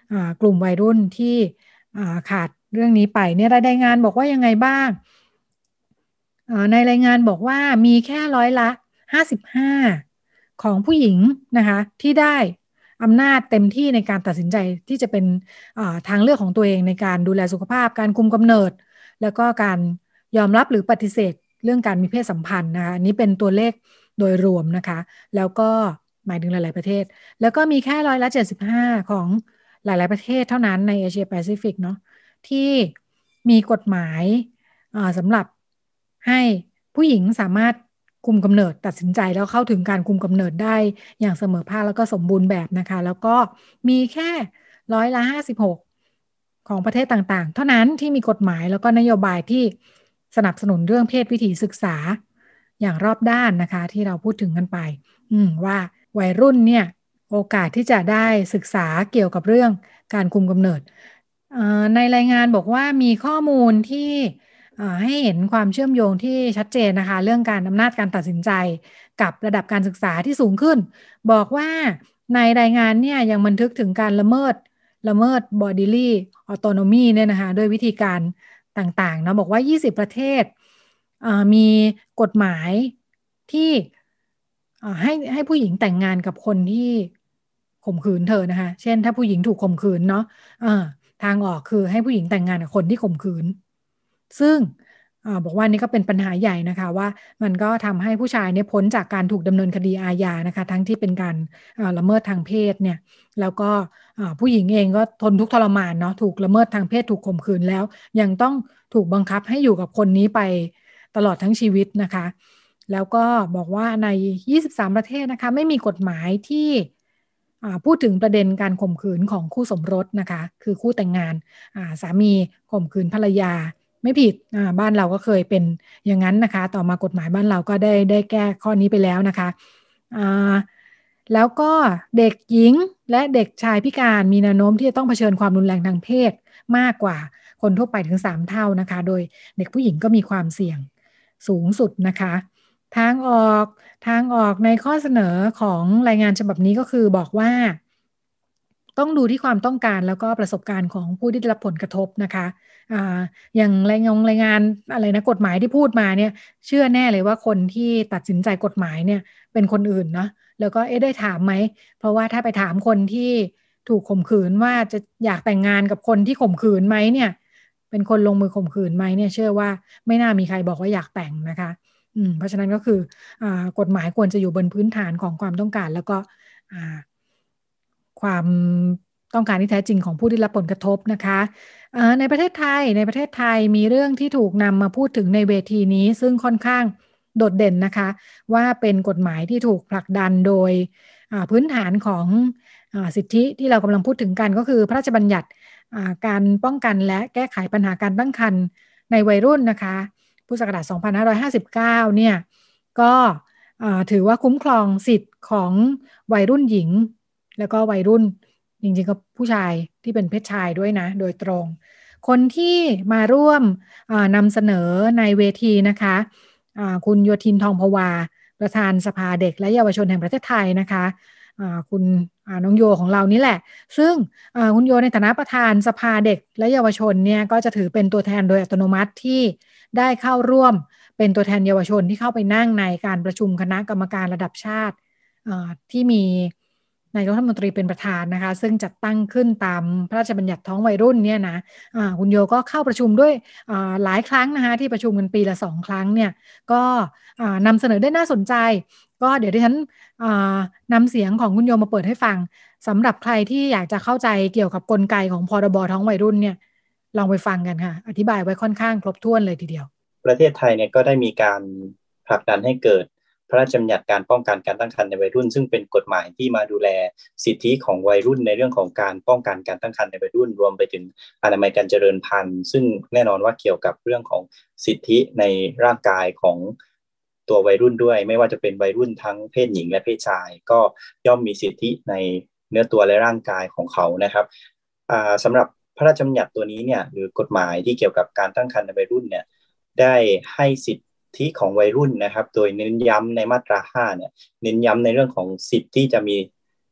กลุ่มวัยรุ่นที่ขาดเรื่องนี้ไปเนี่ยรายงานบอกว่ายังไงบ้างในรายงานบอกว่ามีแค่ร้อยละห้าสิบห้าของผู้หญิงนะคะที่ได้อำนาจเต็มที่ในการตัดสินใจที่จะเป็นทางเลือกของตัวเองในการดูแลสุขภาพการคุมกำเนิดแล้วก็การยอมรับหรือปฏิเสธเรื่องการมีเพศสัมพันธ์นะคะอันนี้เป็นตัวเลขโดยรวมนะคะแล้วก็หมายถึงหลายๆประเทศแล้วก็มีแค่ร้อยละเจ็ดสิบห้าของหลายๆประเทศเท่านั้นในเอเชียแปซิฟิกเนาะที่มีกฎหมายสำหรับให้ผู้หญิงสามารถคุมกำเนิดตัดสินใจแล้วเข้าถึงการคุมกำเนิดได้อย่างเสมอภาคแล้วก็สมบูรณ์แบบนะคะแล้วก็มีแค่ร้อยละห้าสิบหกของประเทศต่างๆเท่านั้นที่มีกฎหมายแล้วก็นโยบายที่สนับสนุนเรื่องเพศวิถีศึกษาอย่างรอบด้านนะคะที่เราพูดถึงกันไปว่าวัยรุ่นเนี่ยโอกาสที่จะได้ศึกษาเกี่ยวกับเรื่องการคุมกำเนิดในรายงานบอกว่ามีข้อมูลที่ให้เห็นความเชื่อมโยงที่ชัดเจนนะคะเรื่องการอำนาจการตัดสินใจกับระดับการศึกษาที่สูงขึ้นบอกว่าในรายงานเนี่ยยังบันทึกถึงการละเมิดละเมิด bodily autonomy เนี่ยนะคะด้วยวิธีการต่างๆนะบอกว่ายี่สิบประเทศมีกฎหมายที่ให้ให้ผู้หญิงแต่งงานกับคนที่ข่มขืนเธอนะคะเช่นถ้าผู้หญิงถูกข่มขืนเนาะทางออกคือให้ผู้หญิงแต่งงานกับคนที่ข่มขืนซึ่งบอกว่านี่ก็เป็นปัญหาใหญ่นะคะว่ามันก็ทำให้ผู้ชายเนี่ยพ้นจากการถูกดำเนินคดีอาญานะคะทั้งที่เป็นการละเมิดทางเพศเนี่ยแล้วก็ผู้หญิงเองก็ทนทุกข์ทรมานเนาะถูกละเมิดทางเพศถูกข่มขืนแล้วยังต้องถูกบังคับให้อยู่กับคนนี้ไปตลอดทั้งชีวิตนะคะแล้วก็บอกว่าในยี่สิบสามประเทศนะคะไม่มีกฎหมายที่พูดถึงประเด็นการข่มขืนของคู่สมรสนะคะคือคู่แต่งงานสามีข่มขืนภรรยาไม่ผิดบ้านเราก็เคยเป็นอย่างนั้นนะคะต่อมากฎหมายบ้านเราก็ได้ได้แก้ข้อนี้ไปแล้วนะคะแล้วก็เด็กหญิงและเด็กชายพิการมีแนวโน้มที่จะต้องเผชิญความรุนแรงทางเพศมากกว่าคนทั่วไปถึงสามเท่านะคะโดยเด็กผู้หญิงก็มีความเสี่ยงสูงสุดนะคะทางออกทางออกในข้อเสนอของรายงานฉบับนี้ก็คือบอกว่าต้องดูที่ความต้องการแล้วก็ประสบการณ์ของผู้ที่ได้รับผลกระทบนะคะอ่าอย่างรายงานรายงานอะไรนะกฎหมายที่พูดมาเนี่ยเชื่อแน่เลยว่าคนที่ตัดสินใจกฎหมายเนี่ยเป็นคนอื่นเนาะแล้วก็เอ๊ะได้ถามไหมเพราะว่าถ้าไปถามคนที่ถูกข่มขืนว่าจะอยากแต่งงานกับคนที่ข่มขืนไหมเนี่ยเป็นคนลงมือข่มขืนไหมเนี่ยเชื่อว่าไม่น่ามีใครบอกว่าอยากแต่งนะคะอืมเพราะฉะนั้นก็คืออ่ากฎหมายควรจะอยู่บนพื้นฐานของความต้องการแล้วก็อ่าความต้องการที่แท้จริงของผู้ที่รับผลกระทบนะคะในประเทศไทยในประเทศไทยมีเรื่องที่ถูกนำมาพูดถึงในเวทีนี้ซึ่งค่อนข้างโดดเด่นนะคะว่าเป็นกฎหมายที่ถูกผลักดันโดยพื้นฐานของสิทธิที่เรากำลังพูดถึงกันก็คือพระราชบัญญัติการป้องกันและแก้ไขปัญหาการตั้งครรภ์ในวัยรุ่นนะคะพุทธศักราชสองพันห้าร้อยห้าสิบเก้าเนี่ยก็ถือว่าคุ้มครองสิทธิ์ของวัยรุ่นหญิงแล้วก็วัยรุ่นจริงๆก็ผู้ชายที่เป็นเพศชายด้วยนะโดยตรงคนที่มาร่วมนำเสนอในเวทีนะคะคุณโยธินทองภวาประธานสภาเด็กและเยาวชนแห่งประเทศไทยนะคะคุณน้องโยของเรานี่แหละซึ่งคุณโยในฐานะประธานสภาเด็กและเยาวชนเนี่ยก็จะถือเป็นตัวแทนโดยอัตโนมัติที่ได้เข้าร่วมเป็นตัวแทนเยาวชนที่เข้าไปนั่งในการประชุมคณะกรรมการระดับชาติที่มีนายกรัฐมนตรีเป็นประธานนะคะซึ่งจัดตั้งขึ้นตามพระราชบัญญัติท้องวัยรุ่นเนี่ยนะคุณโยก็เข้าประชุมด้วยหลายครั้งนะคะที่ประชุมกันปีละสองครั้งเนี่ยก็นำเสนอได้น่าสนใจก็เดี๋ยวดิฉันนำเสียงของคุณโยมาเปิดให้ฟังสำหรับใครที่อยากจะเข้าใจเกี่ยวกับกลไกของพรบท้องวัยรุ่นเนี่ยลองไปฟังกันค่ะอธิบายไว้ค่อนข้างครบถ้วนเลยทีเดียวประเทศไทยเนี่ยก็ได้มีการผลักดันให้เกิดพระราชบัญญัติการป้องกันการตั้งครรภ์ในวัยรุ่นซึ่งเป็นกฎหมายที่มาดูแลสิทธิของวัยรุ่นในเรื่องของการป้องกันการตั้งครรภ์ในวัยรุ่นรวมไปถึงอนามัยการเจริญพันธุ์ซึ่งแน่นอนว่าเกี่ยวกับเรื่องของสิทธิในร่างกายของตัววัยรุ่นด้วยไม่ว่าจะเป็นวัยรุ่นทั้งเพศหญิงและเพศชายก็ย่อมมีสิทธิในเนื้อตัวและร่างกายของเขานะครับสำหรับพระราชบัญญัติตัวนี้เนี่ยหรือกฎหมายที่เกี่ยวกับการตั้งครรภ์ในวัยรุ่นเนี่ยได้ให้สิทธิของวัยรุ่นนะครับโดยเน้นย้ำในมาตราห้าเนี่ยเน้นย้ำในเรื่องของสิทธิที่จะมี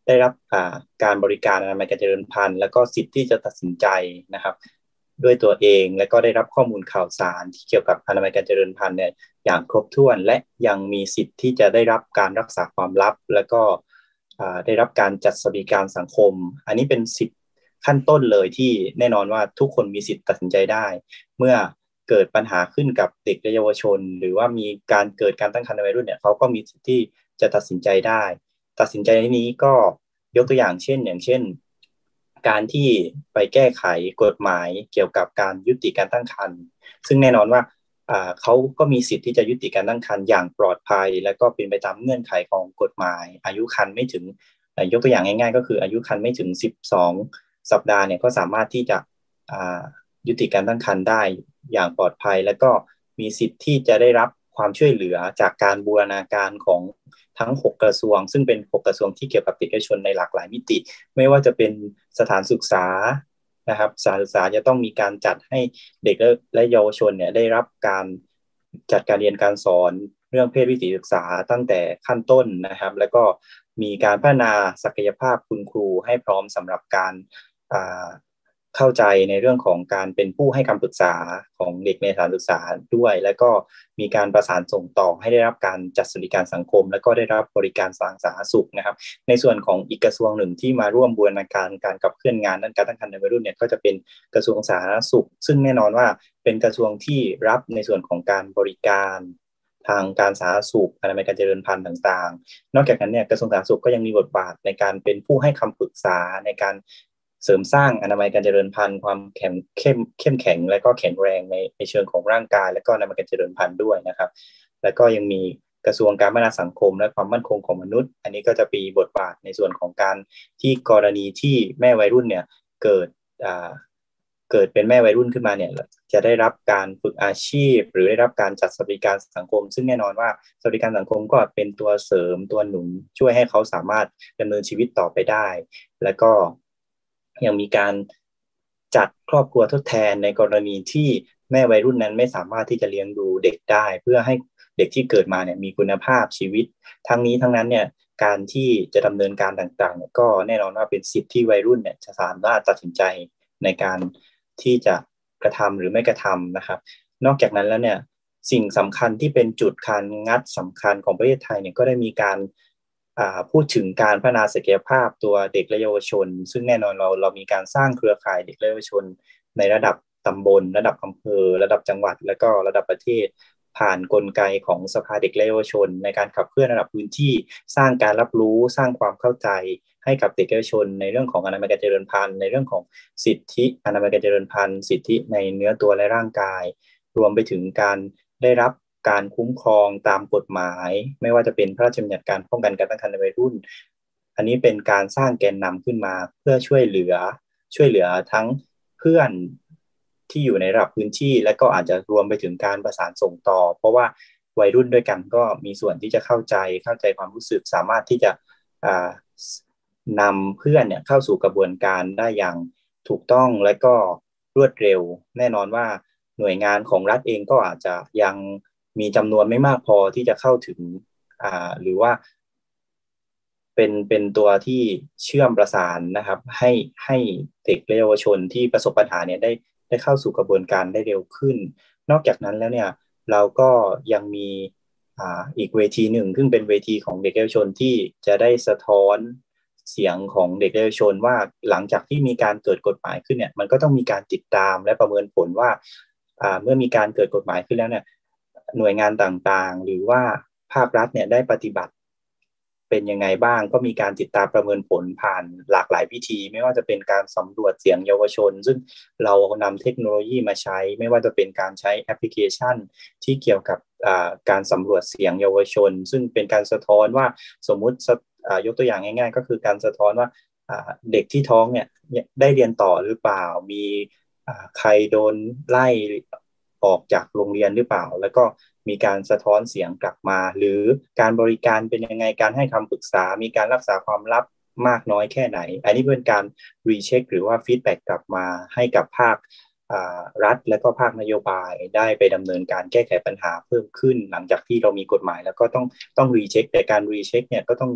ได้รับการบริการอนามัยการเจริญพันธุ์แล้วก็สิทธิ์ที่จะตัดสินใจนะครับด้วยตัวเองและก็ได้รับข้อมูลข่าวสารที่เกี่ยวกับอนามัยการเจริญพันธุ์เนี่ยอย่างครบถ้วนและยังมีสิทธิ์ที่จะได้รับการรักษาความลับและก็ได้รับการจัดสวัสดิการสังคมอันนี้เป็นสิทธิ์ขั้นต้นเลยที่แน่นอนว่าทุกคนมีสิทธิ์ตัดสินใจได้เมื่อเกิดปัญหาขึ้นกับเด็กและเยาวชนหรือว่ามีการเกิดการตั้งครรภ์ในวัยรุ่นเนี่ยเขาก็มีสิทธิ์ที่จะตัดสินใจได้ตัดสินใจในนี้ก็ยกตัวอย่างเช่นอย่างเช่นการที่ไปแก้ไขกฎหมายเกี่ยวกับการยุติการตั้งครรภ์ซึ่งแน่นอนว่าเขาก็มีสิทธิ์ที่จะยุติการตั้งครรภ์อย่างปลอดภัยและก็เป็นไปตามเงื่อนไขของกฎหมายอายุครรภ์ไม่ถึงยกตัวอย่างง่ายๆก็คืออายุครรภ์ไม่ถึงสิบสองสัปดาห์เนี่ยก็สามารถที่จะยุติการตั้งครรภ์ได้อย่างปลอดภัยและก็มีสิทธิ์ที่จะได้รับความช่วยเหลือจากการบูรณาการของทั้งหกกระทรวงซึ่งเป็นหกกระทรวงที่เกี่ยวกับเด็กและเยาวชนในหลากหลายมิติไม่ว่าจะเป็นสถานศึกษานะครับสถานศึกษาจะต้องมีการจัดให้เด็กและเยาวชนเนี่ยได้รับการจัดการเรียนการสอนเรื่องเพศวิถีศึกษาตั้งแต่ขั้นต้นนะครับแล้วก็มีการพัฒนาศักยภาพคุณครูให้พร้อมสำหรับการเข้าใจในเรื่องของการเป็นผู้ให้คำปรึกษาของเด็กในสถานศึกษาด้วยแล้วก็มีการประสานส่งต่อให้ได้รับการจัดสวัสดิการสังคมและก็ได้รับบริการทางสาธารณสุขนะครับในส่วนของอีกกระทรวงหนึ่งที่มาร่วมบูรณาการการขับเคลื่อนงานด้านการตั้งครรภ์ในวัยรุ่นเนี่ยก็จะเป็นกระทรวงสาธารณสุขซึ่งแน่นอนว่าเป็นกระทรวงที่รับในส่วนของการบริการทางการสาธารณสุขอนามัยการเจริญพันธุ์ต่างๆนอกจากนั้นเนี่ยกระทรวงสาธารณสุขก็ยังมีบทบาทในการเป็นผู้ให้คำปรึกษาในการเสริมสร้างอนามัยการเจริญพันธุ์ความแข็งเข้มเข้มแข็งและก็แข็งแรงในในเชิงของร่างกายและก็อนามัยการเจริญพันธุ์ด้วยนะครับแล้วก็ยังมีกระทรวงการพัฒนาสังคมและความมั่นคงของมนุษย์อันนี้ก็จะมีบทบาทในส่วนของการที่กรณีที่แม่วัยรุ่นเนี่ยเกิดอ่าเกิดเป็นแม่วัยรุ่นขึ้นมาเนี่ยจะได้รับการฝึกอาชีพหรือได้รับการจัดสวัสดิการสังคมซึ่งแน่นอนว่าสวัสดิการสังคมก็เป็นตัวเสริมตัวหนุนช่วยให้เขาสามารถดำเนินชีวิตต่อไปได้แล้วก็ยังมีการจัดครอบครัวทดแทนในกรณีที่แม่วัยรุ่นนั้นไม่สามารถที่จะเลี้ยงดูเด็กได้เพื่อให้เด็กที่เกิดมาเนี่ยมีคุณภาพชีวิตทั้งนี้ทั้งนั้นเนี่ยการที่จะดำเนินการต่างๆก็แน่นอนว่าเป็นสิทธิที่วัยรุ่นเนี่ยจะสามารถตัดสินใจในการที่จะกระทำหรือไม่กระทำนะครับนอกจากนั้นแล้วเนี่ยสิ่งสำคัญที่เป็นจุดคันงัดสำคัญของประเทศไทยเนี่ยก็ได้มีการพูดถึงการพัฒนาศักยภาพตัวเด็กและเยาวชนซึ่งแน่นอนเราเรามีการสร้างเครือข่ายเด็กและเยาวชนในระดับตำบลระดับอำเภอระดับจังหวัดและก็ระดับประเทศผ่านกลไกของสภาเด็กและเยาวชนในการขับเคลื่อนระดับพื้นที่สร้างการรับรู้สร้างความเข้าใจให้กับเด็กและเยาวชนในเรื่องของอนามัยการเจริญพันธุ์ในเรื่องของสิทธิอนามัยการเจริญพันธุ์สิทธิในเนื้อตัวและร่างกายรวมไปถึงการได้รับการคุ้มครองตามกฎหมายไม่ว่าจะเป็นพระราชบัญญัติการป้องกันการตั้งครรภ์ในวัยรุ่นอันนี้เป็นการสร้างแกนนำขึ้นมาเพื่อช่วยเหลือช่วยเหลือทั้งเพื่อนที่อยู่ในระดับพื้นที่และก็อาจจะรวมไปถึงการประสานส่งต่อเพราะว่าวัยรุ่นด้วยกันก็มีส่วนที่จะเข้าใจเข้าใจความรู้สึกสามารถที่จะนำเพื่อนเนี่ยเข้าสู่กระบวนการได้อย่างถูกต้องและก็รวดเร็วแน่นอนว่าหน่วยงานของรัฐเองก็อาจจะยังมีจำนวนไม่มากพอที่จะเข้าถึงอ่าหรือว่าเป็นเป็นตัวที่เชื่อมประสานนะครับให้ให้เด็กและเยาวชนที่ประสบปัญหาเนี่ยได้ได้เข้าสู่กระบวนการได้เร็วขึ้นนอกจากนั้นแล้วเนี่ยเราก็ยังมีอ่าอีกเวทีหนึ่งซึ่งเป็นเวทีของเด็กและเยาวชนที่จะได้สะท้อนเสียงของเด็กและเยาวชนว่าหลังจากที่มีการเกิดกฎหมายขึ้นเนี่ยมันก็ต้องมีการติดตามและประเมินผลว่าอ่าเมื่อมีการเกิดกฎหมายขึ้นแล้วเนี่ยหน่วยงานต่างๆหรือว่าภาครัฐเนี่ยได้ปฏิบัติเป็นยังไงบ้างก็มีการติดตามประเมินผลผ่านหลากหลายวิธีไม่ว่าจะเป็นการสำรวจเสียงเยาวชนซึ่งเรานำเทคโนโลยีมาใช้ไม่ว่าจะเป็นการใช้แอปพลิเคชันที่เกี่ยวกับการสำรวจเสียงเยาวชนซึ่งเป็นการสะท้อนว่าสมมุติยกตัวอย่างง่ายๆก็คือการสะท้อนว่าเด็กที่ท้องเนี่ยได้เรียนต่อหรือเปล่ามีใครโดนไล่ออกจากโรงเรียนหรือเปล่าแล้วก็มีการสะท้อนเสียงกลับมาหรือการบริการเป็นยังไงการให้คำปรึกษามีการรักษาความลับมากน้อยแค่ไหนอันนี้เป็นการรีเช็คหรือว่าฟีดแบ็กกลับมาให้กับภาครัฐและก็ภาคนโยบายได้ไปดำเนินการแก้ไขปัญหาเพิ่มขึ้นหลังจากที่เรามีกฎหมายแล้วก็ต้องต้องรีเช็คแต่การรีเช็คเนี่ยก็ต้อง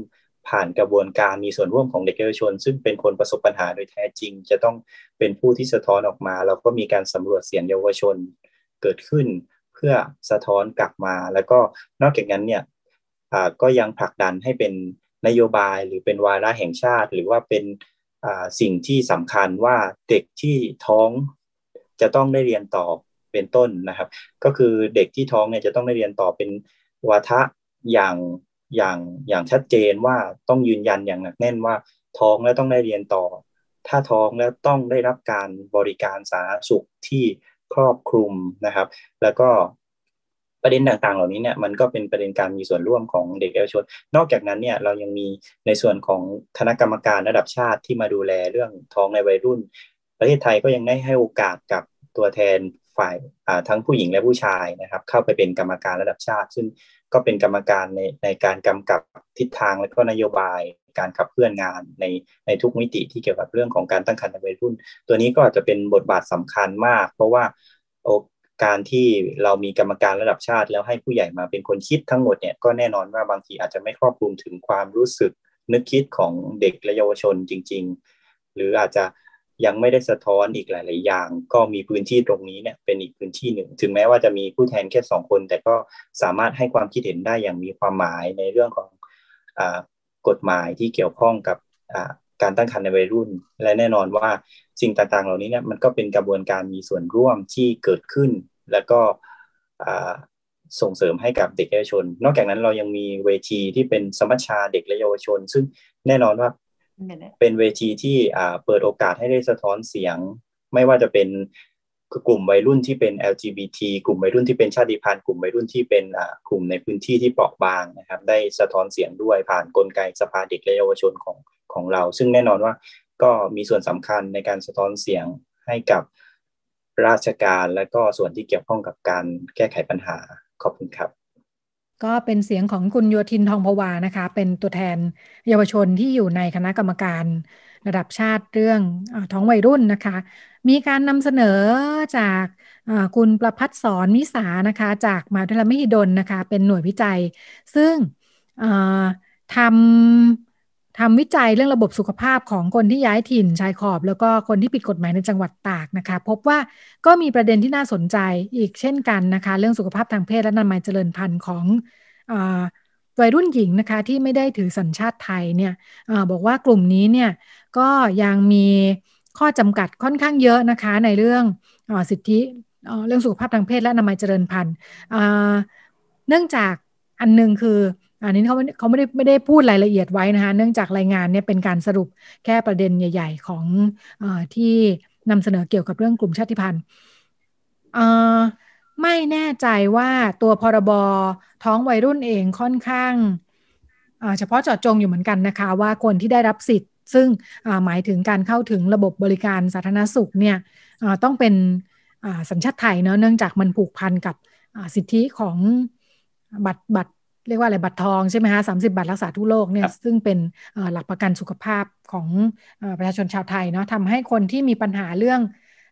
ผ่านกระบวนการมีส่วนร่วมของเด็กเยาวชนซึ่งเป็นคนประสบปัญหาโดยแท้จริงจะต้องเป็นผู้ที่สะท้อนออกมาแล้วก็มีการสำรวจเสียงเยาวชนเกิดขึ้นเพื่อสะท้อนกลับมาแล้วก็นอกจากนั้นเนี่ยก็ยังผลักดันให้เป็นนโยบายหรือเป็นวาระแห่งชาติหรือว่าเป็นสิ่งที่สำคัญว่าเด็กที่ท้องจะต้องได้เรียนต่อเป็นต้นนะครับก็คือเด็กที่ท้องเนี่ยจะต้องได้เรียนต่อเป็นวาทะอย่างอย่างอย่างชัดเจนว่าต้องยืนยันอย่างหนักแน่นว่าท้องแล้วต้องได้เรียนต่อถ้าท้องแล้วต้องได้รับการบริการสาธารณสุขที่ครอบคลุมนะครับแล้วก็ประเด็นต่างๆเหล่านี้เนี่ยมันก็เป็นประเด็นการมีส่วนร่วมของเด็กเยาวชนนอกจากนั้นเนี่ยเรายังมีในส่วนของคณะกรรมการระดับชาติที่มาดูแลเรื่องท้องในวัยรุ่นประเทศไทยก็ยังได้ให้โอกาสกับตัวแทนฝ่ายทั้งผู้หญิงและผู้ชายนะครับเข้าไปเป็นกรรมการระดับชาติซึ่งก็เป็นกรรมการในในการกำกับทิศทางและก็นโยบายการขับเคลื่อนงานในในทุกมิติที่เกี่ยวกับเรื่องของการตั้งครรภ์ในวัยรุ่นตัวนี้ก็อาจจะเป็นบทบาทสำคัญมากเพราะว่าการที่เรามีกรรมการระดับชาติแล้วให้ผู้ใหญ่มาเป็นคนคิดทั้งหมดเนี่ยก็แน่นอนว่าบางทีอาจจะไม่ครอบคลุมถึงความรู้สึกนึกคิดของเด็กและเยาวชนจริงๆหรืออาจจะยังไม่ได้สะท้อนอีกหลายๆอย่างก็มีพื้นที่ตรงนี้เนี่ยเป็นอีกพื้นที่หนึ่งถึงแม้ว่าจะมีผู้แทนแค่สองคนแต่ก็สามารถให้ความคิดเห็นได้อย่างมีความหมายในเรื่องของอ่ากฎหมายที่เกี่ยวข้องกับอ่าการตั้งครรภ์ในวัยรุ่นและแน่นอนว่าสิ่งต่างๆเหล่านี้เนี่ยมันก็เป็นกระบวนการมีส่วนร่วมที่เกิดขึ้นแล้วก็ส่งเสริมให้กับเด็กเยาวชนนอกจากนั้นเรายังมีเวทีที่เป็นสมัชชาเด็กและเยาวชนซึ่งแน่นอนว่าเป็นเวทีที่เปิดโอกาสให้ได้สะท้อนเสียงไม่ว่าจะเป็นกลุ่มวัยรุ่นที่เป็น แอล จี บี ที กลุ่มวัยรุ่นที่เป็นชาติพันธุ์กลุ่มวัยรุ่นที่เป็นกลุ่มในพื้นที่ที่เปราะบางนะครับได้สะท้อนเสียงด้วยผ่านกลไกสภาเด็กและเยาวชนของของเราซึ่งแน่นอนว่าก็มีส่วนสำคัญในการสะท้อนเสียงให้กับราชการและก็ส่วนที่เกี่ยวข้องกับการแก้ไขปัญหาขอบคุณครับก็เป็นเสียงของคุณโยธินทองภวานะคะเป็นตัวแทนเยาวชนที่อยู่ในคณะกรรมการระดับชาติเรื่องท้องวัยรุ่นนะคะมีการนำเสนอจากคุณประภัสสรมิสานะคะจากมหาวิทยาลัยมหิดลนะคะเป็นหน่วยวิจัยซึ่งทำทำวิจัยเรื่องระบบสุขภาพของคนที่ย้ายถิ่นชายขอบแล้วก็คนที่ผิดกฎหมายในจังหวัดตากนะคะพบว่าก็มีประเด็นที่น่าสนใจอีกเช่นกันนะคะเรื่องสุขภาพทางเพศและอนามัยเจริญพันธุ์ของอ่าวัยรุ่นหญิงนะคะที่ไม่ได้ถือสัญชาติไทยเนี่ยอ่าบอกว่ากลุ่มนี้เนี่ยก็ยังมีข้อจำกัดค่อนข้างเยอะนะคะในเรื่องอ่าสิทธิอ่าเรื่องสุขภาพทางเพศและอนามัยเจริญพันธุ์อ่าเนื่องจากอันนึงคืออันนี้เขาเขาไม่ได้ไม่ได้พูดรายละเอียดไว้นะคะเนื่องจากรายงานเนี่ยเป็นการสรุปแค่ประเด็นใหญ่ๆของอ่าที่นำเสนอเกี่ยวกับเรื่องกลุ่มชาติพันธุ์อ่าไม่แน่ใจว่าตัวพรบท้องวัยรุ่นเองค่อนข้างเฉพาะเจาะจงอยู่เหมือนกันนะคะว่าคนที่ได้รับสิทธิ์ซึ่งหมายถึงการเข้าถึงระบบบริการสาธารณสุขเนี่ยต้องเป็นสัญชาติไทยเนาะเนื่องจากมันผูกพันกับสิทธิของบัตรบัตรเรียกว่าอะไรบัตรทองใช่ไหมฮะสามสิบบาทรักษาทุกโรคเนี่ยซึ่งเป็นหลักประกันสุขภาพของประชาชนชาวไทยเนาะทำให้คนที่มีปัญหาเรื่อง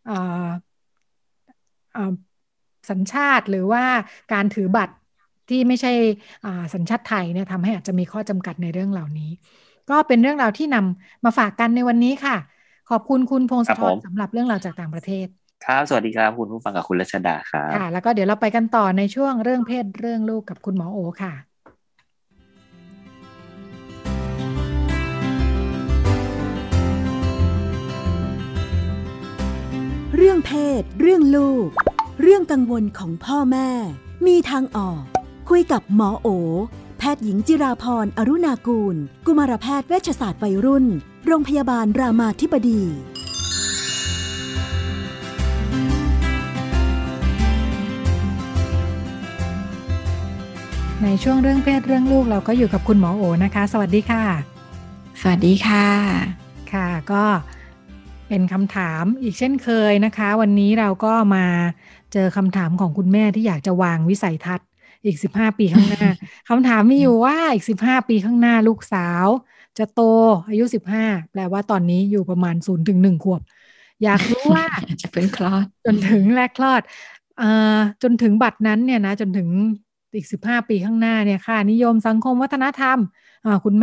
สัญชาติหรือว่าการถือบัตรที่ไม่ใช่สัญชาติไทยเนี่ยทำให้อาจจะมีข้อจำกัดในเรื่องเหล่านี้ก็เป็นเรื่องราวที่นำมาฝากกันในวันนี้ค่ะขอบคุณคุณพงศธรสำหรับเรื่องราวจากต่างประเทศครับสวัสดีครับคุณผู้ฟังกับคุณรัชดาครับค่ะแล้วก็เดี๋ยวเราไปกันต่อในช่วงเรื่องเพศเรื่องลูกกับคุณหมอโอค่ะเรื่องเพศเรื่องลูกเรื่องกังวลของพ่อแม่มีทางออกคุยกับหมอโอแพทย์หญิงจิราพรอรุณากูลกุมารแพทย์เวชศาสตร์วัยรุ่นโรงพยาบาลรามาธิบดีในช่วงเรื่องเพศเรื่องลูกเราก็อยู่กับคุณหมอโอนะคะสวัสดีค่ะสวัสดีค่ะค่ะก็เป็นคำถามอีกเช่นเคยนะคะวันนี้เราก็มาเจอคำถามของคุณแม่ที่อยากจะวางวิสัยทัศน์อีกสิบห้าปีข้างหน้า คำถามมีอยู่ว่าอีกสิบห้าปีข้างหน้าลูกสาวจะโตอายุสิบห้าแปลว่าตอนนี้อยู่ประมาณศูนย์ถึงหนึ่งขวบอยากรู้ว่าจะเป็นคลอดจนถึงแรกคลอดอ่าจนถึงบัดนั้นเนี่ยนะจนถึงอีกสิบห้าปีข้างหน้าเนี่ยค่ะนิยมสังคมวัฒนธรรมอ่าคุณแม่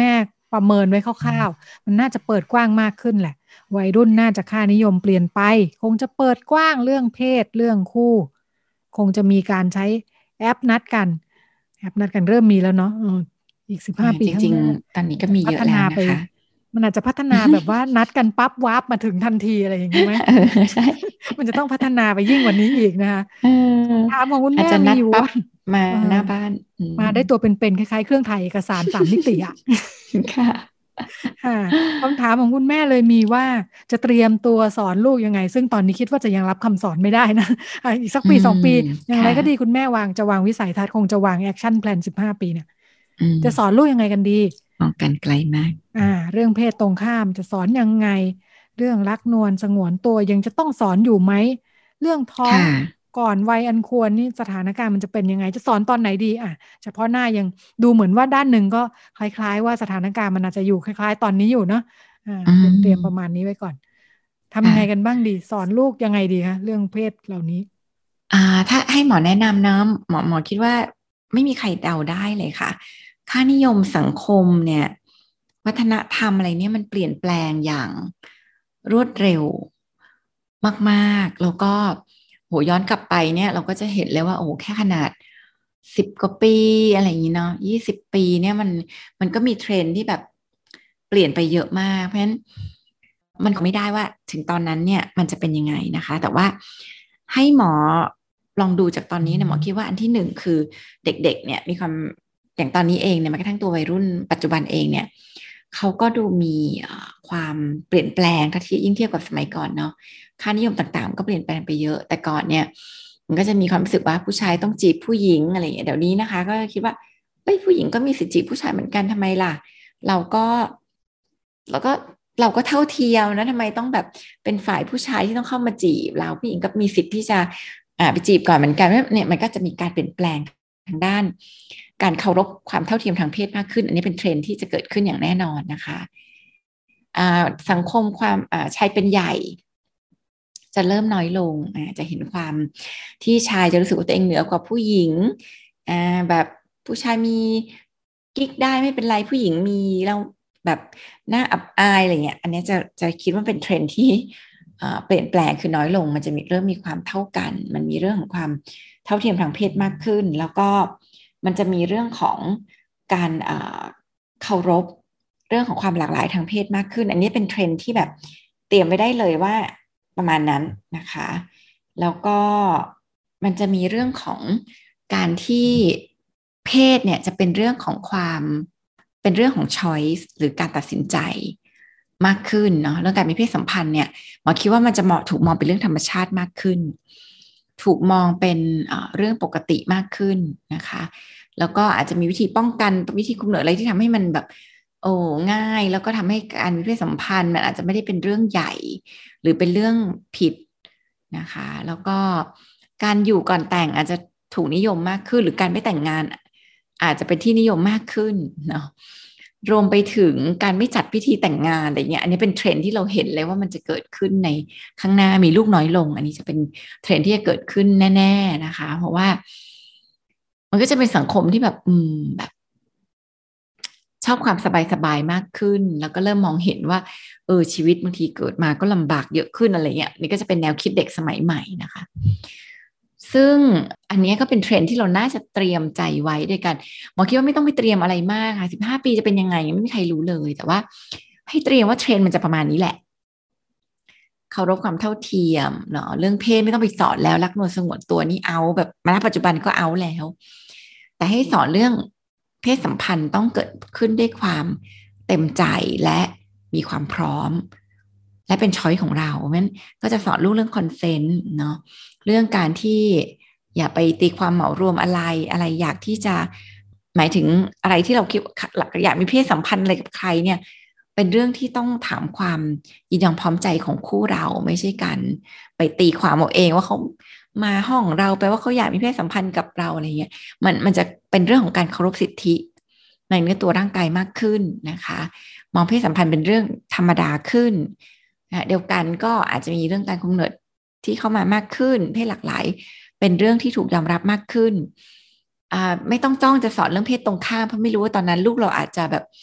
ประเมินไว้คร่าวๆมันน่าจะเปิดกว้างมากขึ้นแหละวัยรุ่นน่าจะค่านิยมเปลี่ยนไปคงจะเปิดกว้างเรื่องเพศเรื่องคู่คงจะมีการใช้แอปนัดกันแอปนัดกันเริ่มมีแล้วเนาะอีกสิบห้าปีข้างหน้าตอนนี้ก็มีเยอะแล้วนะคะมันอาจจะพัฒนาแบบว่านัดกันปั๊บวาร์ปมาถึงทันทีอะไรอย่างนี้ไหมใช่มันจะต้องพัฒนาไปยิ่งกว่านี้อีกนะคะถามของคุณแม่มีอยู่ว่ามาหน้าบ้านมาได้ตัวเป็นๆคล้ายๆเครื่องถ่ายเอกสารสามมิติอ่ะค่ะค่ะคำถามของคุณแม่เลยมีว่าจะเตรียมตัวสอนลูกยังไงซึ่งตอนนี้คิดว่าจะยังรับคำสอนไม่ได้นะอีกสักปีสองปีอย่างไรก็ดีคุณแม่วางจะวางวิสัยทัศน์คงจะวางแอคชั่นแพลนสิบห้าปีเนี่ยจะสอนลูกยังไงกันดีมองกันไกลมากอ่าเรื่องเพศตรงข้ามจะสอนยังไงเรื่องรักนวลสงวนตัวยังจะต้องสอนอยู่ไหมเรื่องท้องก่อนวัยอันควรนี่สถานการณ์มันจะเป็นยังไงจะสอนตอนไหนดีอ่ะเฉพาะหน้ายังดูเหมือนว่าด้านหนึ่งก็คล้ายๆว่าสถานการณ์มันอาจจะอยู่คล้ายๆตอนนี้อยู่เนาะอ่าเตรียมประมาณนี้ไว้ก่อนทำยังไงกันบ้างดีสอนลูกยังไงดีคะเรื่องเพศเหล่านี้อ่าถ้าให้หมอแนะนำนะหมอหมอคิดว่าไม่มีใครเดาได้เลยค่ะค่านิยมสังคมเนี่ยวัฒนธรรมอะไรเนี่ยมันเปลี่ยนแปลงอย่างรวดเร็วมากๆแล้วก็โหย้อนกลับไปเนี่ยเราก็จะเห็นเลยว่าโอ้แค่ขนาดสิบกว่าปีอะไรอย่างนี้เนาะยี่สิบปีเนี่ยมันมันก็มีเทรนด์ที่แบบเปลี่ยนไปเยอะมากเพราะฉะนั้นมันก็ไม่ได้ว่าถึงตอนนั้นเนี่ยมันจะเป็นยังไงนะคะแต่ว่าให้หมอลองดูจากตอนนี้เนี่ยหมอคิดว่าอันที่หนึ่งคือเด็กๆเนี่ยมีความอย่างตอนนี้เองเนี่ยแม้กระทั่งตัววัยรุ่นปัจจุบันเองเนี่ยเขาก็ดูมีความเปลี่ยนแปลงถ้าที่ยิ่งเทียบกับสมัยก่อนเนาะค่านิยมต่างๆก็เปลี่ยนแปลงไปเยอะแต่ก่อนเนี่ยมันก็จะมีความรู้สึกว่าผู้ชายต้องจีบผู้หญิงอะไรอย่างเงี้ยเดี๋ยวนี้นะคะก็คิดว่าเอ้ยผู้หญิงก็มีสิทธิจีบผู้ชายเหมือนกันทำไมล่ะเราก็เราก็เราก็เท่าเทียมนะทำไมต้องแบบเป็นฝ่ายผู้ชายที่ต้องเข้ามาจีบเราผู้หญิงก็มีสิทธิ์ที่จะอ่าไปจีบก่อนเหมือนกันเนี่ยมันก็จะมีการเปลี่ยนแปลงทางด้านการเคารพความเท่าเทียมทางเพศมากขึ้นอันนี้เป็นเทรนด์ที่จะเกิดขึ้นอย่างแน่นอนนะคะอ่าสังคมความอ่าชายเป็นใหญ่จะเริ่มน้อยลงอ่าจะเห็นความที่ชายจะรู้สึกว่าตัวเองเหนือกว่าผู้หญิงอ่าแบบผู้ชายมีกิ๊กได้ไม่เป็นไรผู้หญิงมีเราแบบหน้าอับอายอะไรเงี้ยอันนี้จะจะคิดว่าเป็นเทรนด์ที่เปลี่ยนแปลงคือน้อยลงมันจะมีเริ่มมีความเท่ากันมันมีเรื่องของความเท่าเทียมทางเพศมากขึ้นแล้วก็มันจะมีเรื่องของการเคารพเรื่องของความหลากหลายทางเพศมากขึ้นอันนี้เป็นเทรนด์ที่แบบเตรียมไว้ได้เลยว่าประมาณนั้นนะคะแล้วก็มันจะมีเรื่องของการที่เพศเนี่ยจะเป็นเรื่องของความเป็นเรื่องของ choice หรือการตัดสินใจมากขึ้นเนาะเรื่องการมีเพศสัมพันธ์เนี่ยหมอคิดว่ามันจะเหมาะถูกมองเป็นเรื่องธรรมชาติมากขึ้นถูกมองเป็นเรื่องปกติมากขึ้นนะคะแล้วก็อาจจะมีวิธีป้องกันวิธีคุมกำเนิดอะไรที่ทำให้มันแบบโอ้ง่ายแล้วก็ทำให้การมีเพศสัมพันธ์มันอาจจะไม่ได้เป็นเรื่องใหญ่หรือเป็นเรื่องผิดนะคะแล้วก็การอยู่ก่อนแต่งอาจจะถูกนิยมมากขึ้นหรือการไม่แต่งงานอาจจะเป็นที่นิยมมากขึ้นเนาะรวมไปถึงการไม่จัดพิธีแต่งงานอะไรเงี้ยอันนี้เป็นเทรนด์ที่เราเห็นเลยว่ามันจะเกิดขึ้นในข้างหน้ามีลูกน้อยลงอันนี้จะเป็นเทรนด์ที่จะเกิดขึ้นแน่ๆนะคะเพราะว่ามันก็จะเป็นสังคมที่แบบอืมแบบชอบความสบายๆมากขึ้นแล้วก็เริ่มมองเห็นว่าเออชีวิตบางทีเกิดมาก็ลำบากเยอะขึ้นอะไรเงี้ยนี่ก็จะเป็นแนวคิดเด็กสมัยใหม่นะคะซึ่งอันนี้ก็เป็นเทรนด์ที่เราน่าจะเตรียมใจไว้ด้วยกันหมอคิดว่าไม่ต้องไปเตรียมอะไรมากค่ะสิบห้าปีจะเป็นยังไงไม่มีใครรู้เลยแต่ว่าให้เตรียมว่าเทรนด์มันจะประมาณนี้แหละเคารพความเท่าเทียมเนาะเรื่องเพศไม่ต้องไปสอนแล้วรักนวลสงวนตัวนี่เอาแบบมาณปัจจุบันก็เอาแล้วแต่ให้สอนเรื่องเพศสัมพันธ์ต้องเกิดขึ้นด้วยความเต็มใจและมีความพร้อมและเป็นช้อยของเราเพราะฉะนั้นก็จะสอนลูกเรื่องคอนเซนต์เนาะเรื่องการที่อย่าไปตีความเหมารวมอะไรอะไรอยากที่จะหมายถึงอะไรที่เราคิดอยากมีเพศสัมพันธ์อะไรกับใครเนี่ยเป็นเรื่องที่ต้องถามความยินยอมพร้อมใจของคู่เราไม่ใช่การไปตีความเอาเองว่าเขามาห้องเราแปลว่าเขาอยากมีเพศสัมพันธ์กับเราอะไรเงี้ยมันมันจะเป็นเรื่องของการเคารพสิทธิในเนื้อตัวร่างกายมากขึ้นนะคะมองเพศสัมพันธ์เป็นเรื่องธรรมดาขึ้นเดียวกันก็อาจจะมีเรื่องการคุมกำเนิดที่เข้ามามากขึ้นเพศหลากหลายเป็นเรื่องที่ถูกยอมรับมากขึ้นอ่าไม่ต้องจ้องจะสอนเรื่องเพศตรงข้ามเพราะไม่รู้ว่าตอนนั้นลูกเราอาจจะแบบไป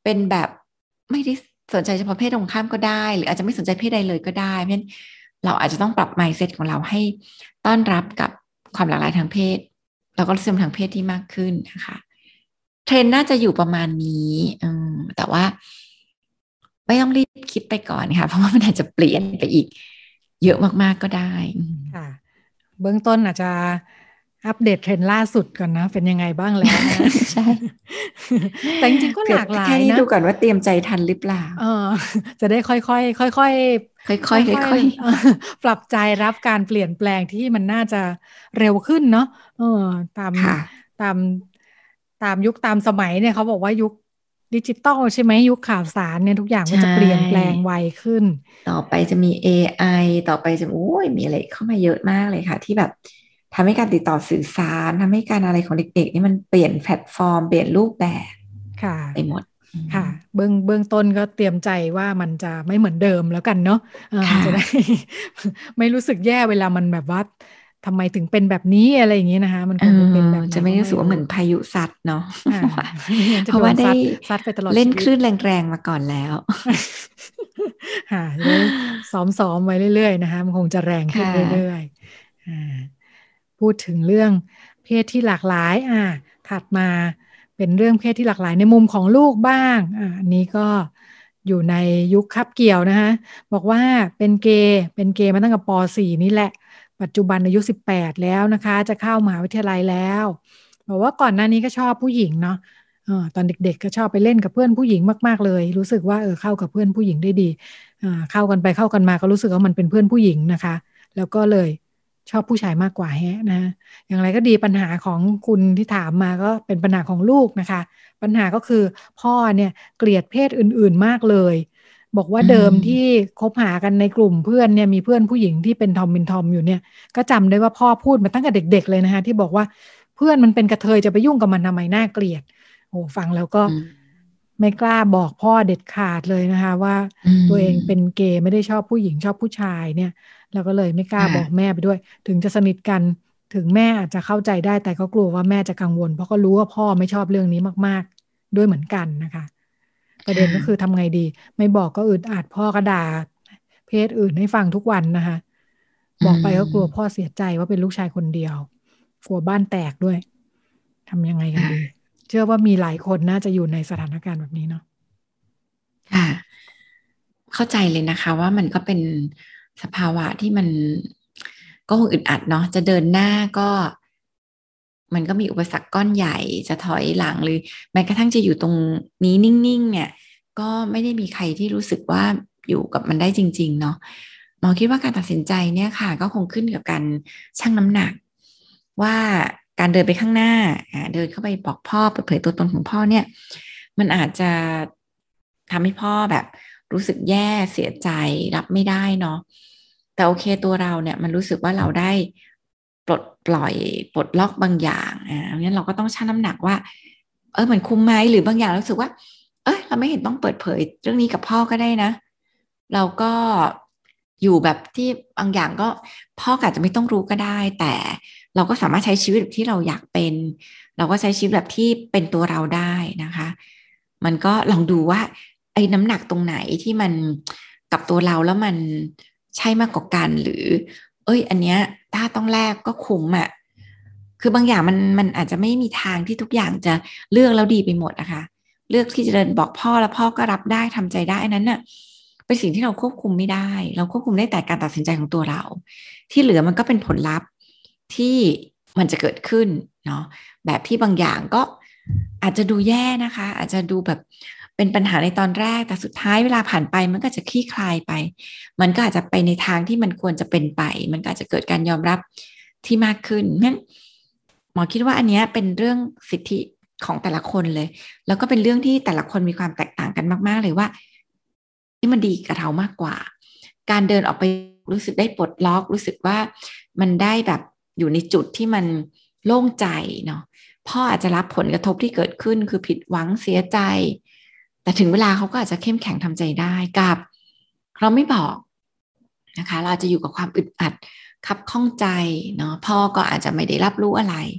เป็นแบบไม่ได้สนใจเฉพาะเพศตรงข้ามก็ได้หรืออาจจะไม่สนใจเพศใดเลยก็ได้เพราะฉะนั้นเราอาจจะต้องปรับ mindset ของเราให้ต้อนรับกับความหลากหลายทางเพศแล้วก็รสนิยมทางเพศที่มากขึ้นนะคะเทรนด์น่าจะอยู่ประมาณนี้อืมแต่ว่าไม่ต้องรีบคิดไปก่อนค่ะเพราะว่ามันอาจจะเปลี่ยนไปอีกเยอะมากๆก็ได้ค่ะเบื้องต้นอาจจะอัปเดตเทรนด์ล่าสุดก่อนนะเป็นยังไงบ้างแล้วนะใช่แต่จริงๆก็หลากหลายนะแค่นี้ดูก่อนว่าเตรียมใจทันหรือเปล่าเออจะได้ค่อยๆค่อยๆค่อยๆค่อยๆค่อยๆปรับใจรับการเปลี่ยนแปลงที่มันน่าจะเร็วขึ้นเนาะเออตามตามตามยุคตามสมัยเนี่ยเขาบอกว่ายุคดิจิตอลใช่ไหมยุคข่าวสารเนี่ยทุกอย่างก็จะเปลี่ยนแปลงไวขึ้นต่อไปจะมี เอ ไอ ต่อไปจะโอ้ยมีอะไรเข้ามาเยอะมากเลยค่ะที่แบบทำให้การติดต่อสื่อสารทำให้การอะไรของเด็กๆนี่มันเปลี่ยนแพลตฟอร์มเปลี่ยนรูปแบบไปหมดค่ะเบื้องเบื้องต้นก็เตรียมใจว่ามันจะไม่เหมือนเดิมแล้วกันเนาะจะได้ ไม่รู้สึกแย่เวลามันแบบว่าทำไมถึงเป็นแบบนี้อะไรอย่างนี้นะคะมันคงเป็นแบบจะไม่รู้สึกว่าเหมือนพายุซัดเนาะเพราะว่าได้เล่นคลื่นแรงๆมาก่อนแล้วค่ะซ้อมๆไว้เรื่อยๆนะคะมันคงจะแรงขึ้นเรื่อยๆพูดถึงเรื่องเพศที่หลากหลายอ่าถัดมาเป็นเรื่องเพศที่หลากหลายในมุมของลูกบ้างอ่าอันนี้ก็อยู่ในยุคคับเกี่ยวนะคะบอกว่าเป็นเกย์เป็นเกย์มาตั้งแต่ป .สี่ นี่แหละปัจจุบันอายุสิบแปดแล้วนะคะจะเข้ามหาวิทยาลัยแล้วบอกว่าก่อนหน้านี้ก็ชอบผู้หญิงเนาะเออตอนเด็กๆก็ชอบไปเล่นกับเพื่อนผู้หญิงมากๆเลยรู้สึกว่าเออเข้ากับเพื่อนผู้หญิงได้ดีอ่าเข้ากันไปเข้ากันมาก็รู้สึกว่ามันเป็นเพื่อนผู้หญิงนะคะแล้วก็เลยชอบผู้ชายมากกว่าแฮะนะอย่างไรก็ดีปัญหาของคุณที่ถามมาก็เป็นปัญหาของลูกนะคะปัญหาก็คือพ่อเนี่ยเกลียดเพศอื่นๆมากเลยบอกว่าเดิมที่คบหากันในกลุ่มเพื่อนเนี่ยมีเพื่อนผู้หญิงที่เป็นทอมเป็นทอมอยู่เนี่ยก็จำได้ว่าพ่อพูดมาตั้งแต่เด็กๆเลยนะคะที่บอกว่าเพื่อนมันเป็นกระเทยจะไปยุ่งกับมันทำไมน่าเกลียดโอ้ฟังแล้วก็ไม่กล้าบอกพ่อเด็ดขาดเลยนะคะว่าตัวเองเป็นเกย์ไม่ได้ชอบผู้หญิงชอบผู้ชายเนี่ยแล้วก็เลยไม่กล้าบอกแม่ไปด้วยถึงจะสนิทกันถึงแม่อาจจะเข้าใจได้แต่ก็กลัวว่าแม่จะกังวลเพราะก็รู้ว่าพ่อไม่ชอบเรื่องนี้มากๆด้วยเหมือนกันนะคะประเด็นก็คือทำไงดีไม่บอกก็อึดอัดพ่อก็ด่าเพศอื่นให้ฟังทุกวันนะคะบอกไปก็กลัวพ่อเสียใจว่าเป็นลูกชายคนเดียวกลัวบ้านแตกด้วยทำยังไงกันดีเชื่อว่ามีหลายคนน่าจะอยู่ในสถานการณ์แบบนี้เนาะค่ะเข้าใจเลยนะคะว่ามันก็เป็นสภาวะที่มันก็คงอึดอัดเนาะจะเดินหน้าก็มันก็มีอุปสรรคก้อนใหญ่จะถอยหลังหรือแม้กระทั่งจะอยู่ตรงนี้นิ่งๆเนี่ยก็ไม่ได้มีใครที่รู้สึกว่าอยู่กับมันได้จริงๆเนาะหมอคิดว่าการตัดสินใจเนี่ยค่ะก็คงขึ้นกับการชั่งน้ำหนักว่าการเดินไปข้างหน้าเดินเข้าไปบอกพ่อเปิดเผยตัวตนของพ่อเนี่ยมันอาจจะทำให้พ่อแบบรู้สึกแย่เสียใจรับไม่ได้เนาะแต่โอเคตัวเราเนี่ยมันรู้สึกว่าเราได้ปลดปล่อยปลดล็อกบางอย่างอ่าเพราะฉะนั้นเราก็ต้องชั่งน้ำหนักว่าเออเหมือนคุ้มไหมหรือบางอย่างรู้สึกว่าเออเราไม่เห็นต้องเปิดเผยเรื่องนี้กับพ่อก็ได้นะเราก็อยู่แบบที่บางอย่างก็พ่ออาจจะไม่ต้องรู้ก็ได้แต่เราก็สามารถใช้ชีวิตแบบที่เราอยากเป็นเราก็ใช้ชีวิตแบบที่เป็นตัวเราได้นะคะมันก็ลองดูว่าไอ้น้ำหนักตรงไหนที่มันกับตัวเราแล้วมันใช่มากกว่ากันหรือเอ้ยอันเนี้ยถ้าต้องแลกก็คุ้มอ่ะคือบางอย่างมันมันอาจจะไม่มีทางที่ทุกอย่างจะเลือกแล้วดีไปหมดนะคะเลือกที่จะเดินบอกพ่อแล้วพ่อก็รับได้ทำใจได้อันนั้นน่ะเป็นสิ่งที่เราควบคุมไม่ได้เราควบคุมได้แต่การตัดสินใจของตัวเราที่เหลือมันก็เป็นผลลัพธ์ที่มันจะเกิดขึ้นเนาะแบบที่บางอย่างก็อาจจะดูแย่นะคะอาจจะดูแบบเป็นปัญหาในตอนแรกแต่สุดท้ายเวลาผ่านไปมันก็จะคลี่คลายไปมันก็อาจจะไปในทางที่มันควรจะเป็นไปมันก็อาจจะเกิดการยอมรับที่มากขึ้นงั้นหมอคิดว่าอันนี้เป็นเรื่องสิทธิของแต่ละคนเลยแล้วก็เป็นเรื่องที่แต่ละคนมีความแตกต่างกันมากๆเลยว่าที่มันดีกับเรามากกว่าการเดินออกไปรู้สึกได้ปลดล็อกรู้สึกว่ามันได้แบบอยู่ในจุดที่มันโล่งใจเนาะพ่ออาจจะรับผลกระทบที่เกิดขึ้นคือผิดหวังเสียใจแต่ถึงเวลาเขาก็อาจจะเข้มแข็งทำใจได้กับเราไม่บอกนะคะเราจะอยู่กับความอึดอัดคับข้องใจเนาะพ่อก็อาจจะไม่ได้รับรู้อะไร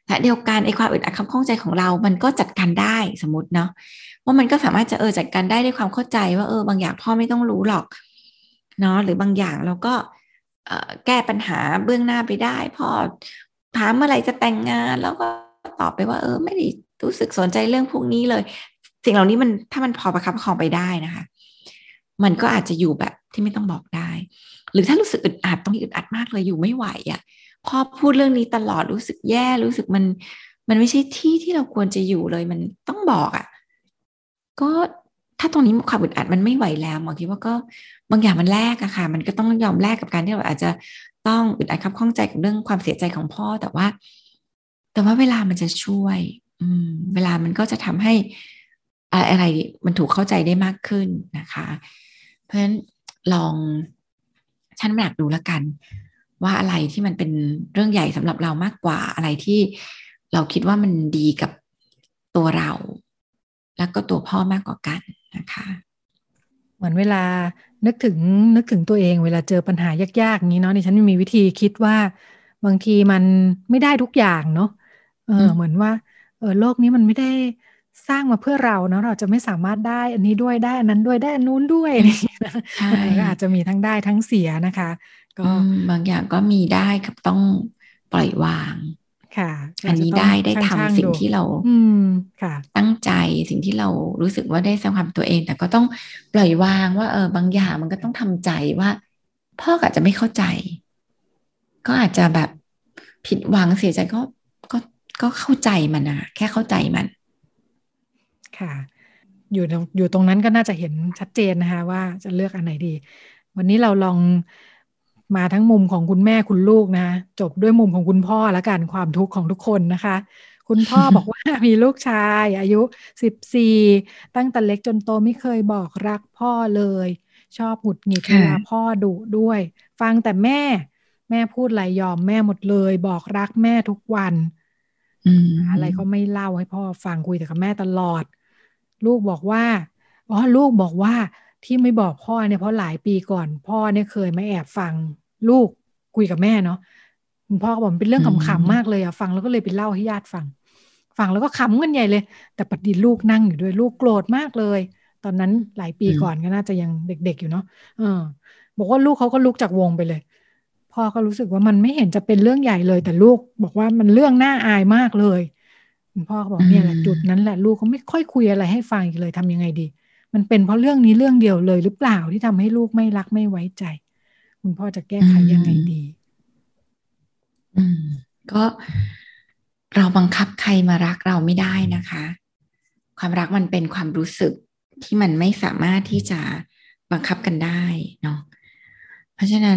และเดียวกันไอ้ความอึดอัดขับข้องใจของเรามันก็จัดการได้สมมติเนาะว่ามันก็สามารถจะเออจัดการได้ด้วยความเข้าใจว่าเออบางอย่างพ่อไม่ต้องรู้หรอกเนาะหรือบางอย่างเราก็แก้ปัญหาเบื้องหน้าไปได้พ่อถามเมื่อไหร่จะแต่งงานแล้วก็ตอบไปว่าเออไม่ได้รู้สึกสนใจเรื่องพวกนี้เลยสิ่งเหล่านี้มันถ้ามันพอประคับประคองไปได้นะคะมันก็อาจจะอยู่แบบที่ไม่ต้องบอกได้หรือถ้ารู้สึกอึดอัดต้องอึดอัดมากเลยอยู่ไม่ไหวอ่ะพ่อพูดเรื่องนี้ตลอดรู้สึกแย่รู้สึกมันมันไม่ใช่ที่ที่เราควรจะอยู่เลยมันต้องบอกอ่ะก็ถ้าตรงนี้ความอึดอัดมันไม่ไหวแล้วหมอคิดว่าก็บางอย่างมันแลกอะค่ะมันก็ต้องยอมแลกกับการที่เราอาจจะต้องอึดอัดขับข้องใจกับเรื่องความเสียใจของพ่อแต่ว่าแต่ว่าเวลามันจะช่วยอืมเวลามันก็จะทำให้อะไรมันถูกเข้าใจได้มากขึ้นนะคะเพราะฉะนั้นลองชั่งน้ำหนักดูแล้วกันว่าอะไรที่มันเป็นเรื่องใหญ่สำหรับเรามากกว่าอะไรที่เราคิดว่ามันดีกับตัวเราแล้วก็ตัวพ่อมากกว่ากันนะคะเหมือนเวลานึกถึงนึกถึงตัวเองเวลาเจอปัญหายากๆอย่างนี้เนาะดิฉันมีวิธีคิดว่าบางทีมันไม่ได้ทุกอย่างเนาะเออเหมือนว่าเออโลกนี้มันไม่ได้สร้างมาเพื่อเราเนาะเราจะไม่สามารถได้อันนี้ด้วยได้อันนั้นด้วยได้อันนู้นด้วยมันก็อาจจะมีทั้งได้ทั้งเสียนะคะก็บางอย่างก็มีได้กับต้องปล่อยวางค่ะอันนี้ได้ได้ทำสิ่งที่เราตั้งใจสิ่งที่เรารู้สึกว่าได้สร้างความตัวเองแต่ก็ต้องปล่อยวางว่าเออบางอย่างมันก็ต้องทำใจว่าพ่ออาจจะไม่เข้าใจก็อาจจะแบบผิดหวังเสียใจก็ก็ก็เข้าใจมันนะแค่เข้าใจมันค่ะอยู่อยู่ตรงนั้นก็น่าจะเห็นชัดเจนนะคะว่าจะเลือกอันไหนดีวันนี้เราลองมาทั้งมุมของคุณแม่คุณลูกนะจบด้วยมุมของคุณพ่อแล้วกันความทุกข์ของทุกคนนะคะคุณพ่อ บอกว่ามีลูกชายอายุสิบสี่ตั้งแต่เล็กจนโตไม่เคยบอกรักพ่อเลยชอบหงุดหงิดเวลาพ่อดุด้วยฟังแต่แม่แม่พูดอะไรยอมแม่หมดเลยบอกรักแม่ทุกวันอะไรก็ไม่เล่าให้พ่อฟังคุยแต่กับแม่ตลอดลูกบอกว่าอ๋อลูกบอกว่าที่ไม่บอกพ่อเนี่ยเพราะหลายปีก่อนพ่อเนี่ยเคยมาแอบฟังลูกคุยกับแม่เนาะคุณพ่อก็บอกเป็นเรื่องขำๆมากเลยอะฟังแล้วก็เลยไปเล่าให้ญาติฟังฟังแล้วก็ขำกันใหญ่เลยแต่ปัดดีลูกนั่งอยู่ด้วยลูกโกรธมากเลยตอนนั้นหลายปีก่อนก็น่าจะยังเด็กๆอยู่เนาะเออบอกว่าลูกเขาก็ลุกจากวงไปเลยพ่อก็รู้สึกว่ามันไม่เห็นจะเป็นเรื่องใหญ่เลยแต่ลูกบอกว่ามันเรื่องน่าอายมากเลยคุณพ่อก็บอกเนี่ยแหละจุดนั้นแหละลูกเขาไม่ค่อยคุยอะไรให้ฟังอีกเลยทำยังไงดีมันเป็นเพราะเรื่องนี้เรื่องเดียวเลยหรือเปล่าที่ทำให้ลูกไม่รักไม่ไว้ใจคุณพ่อจะแก้ไขยังไงดีอืมก็เราบังคับใครมารักเราไม่ได้นะคะความรักมันเป็นความรู้สึกที่มันไม่สามารถที่จะบังคับกันได้เนาะเพราะฉะนั้น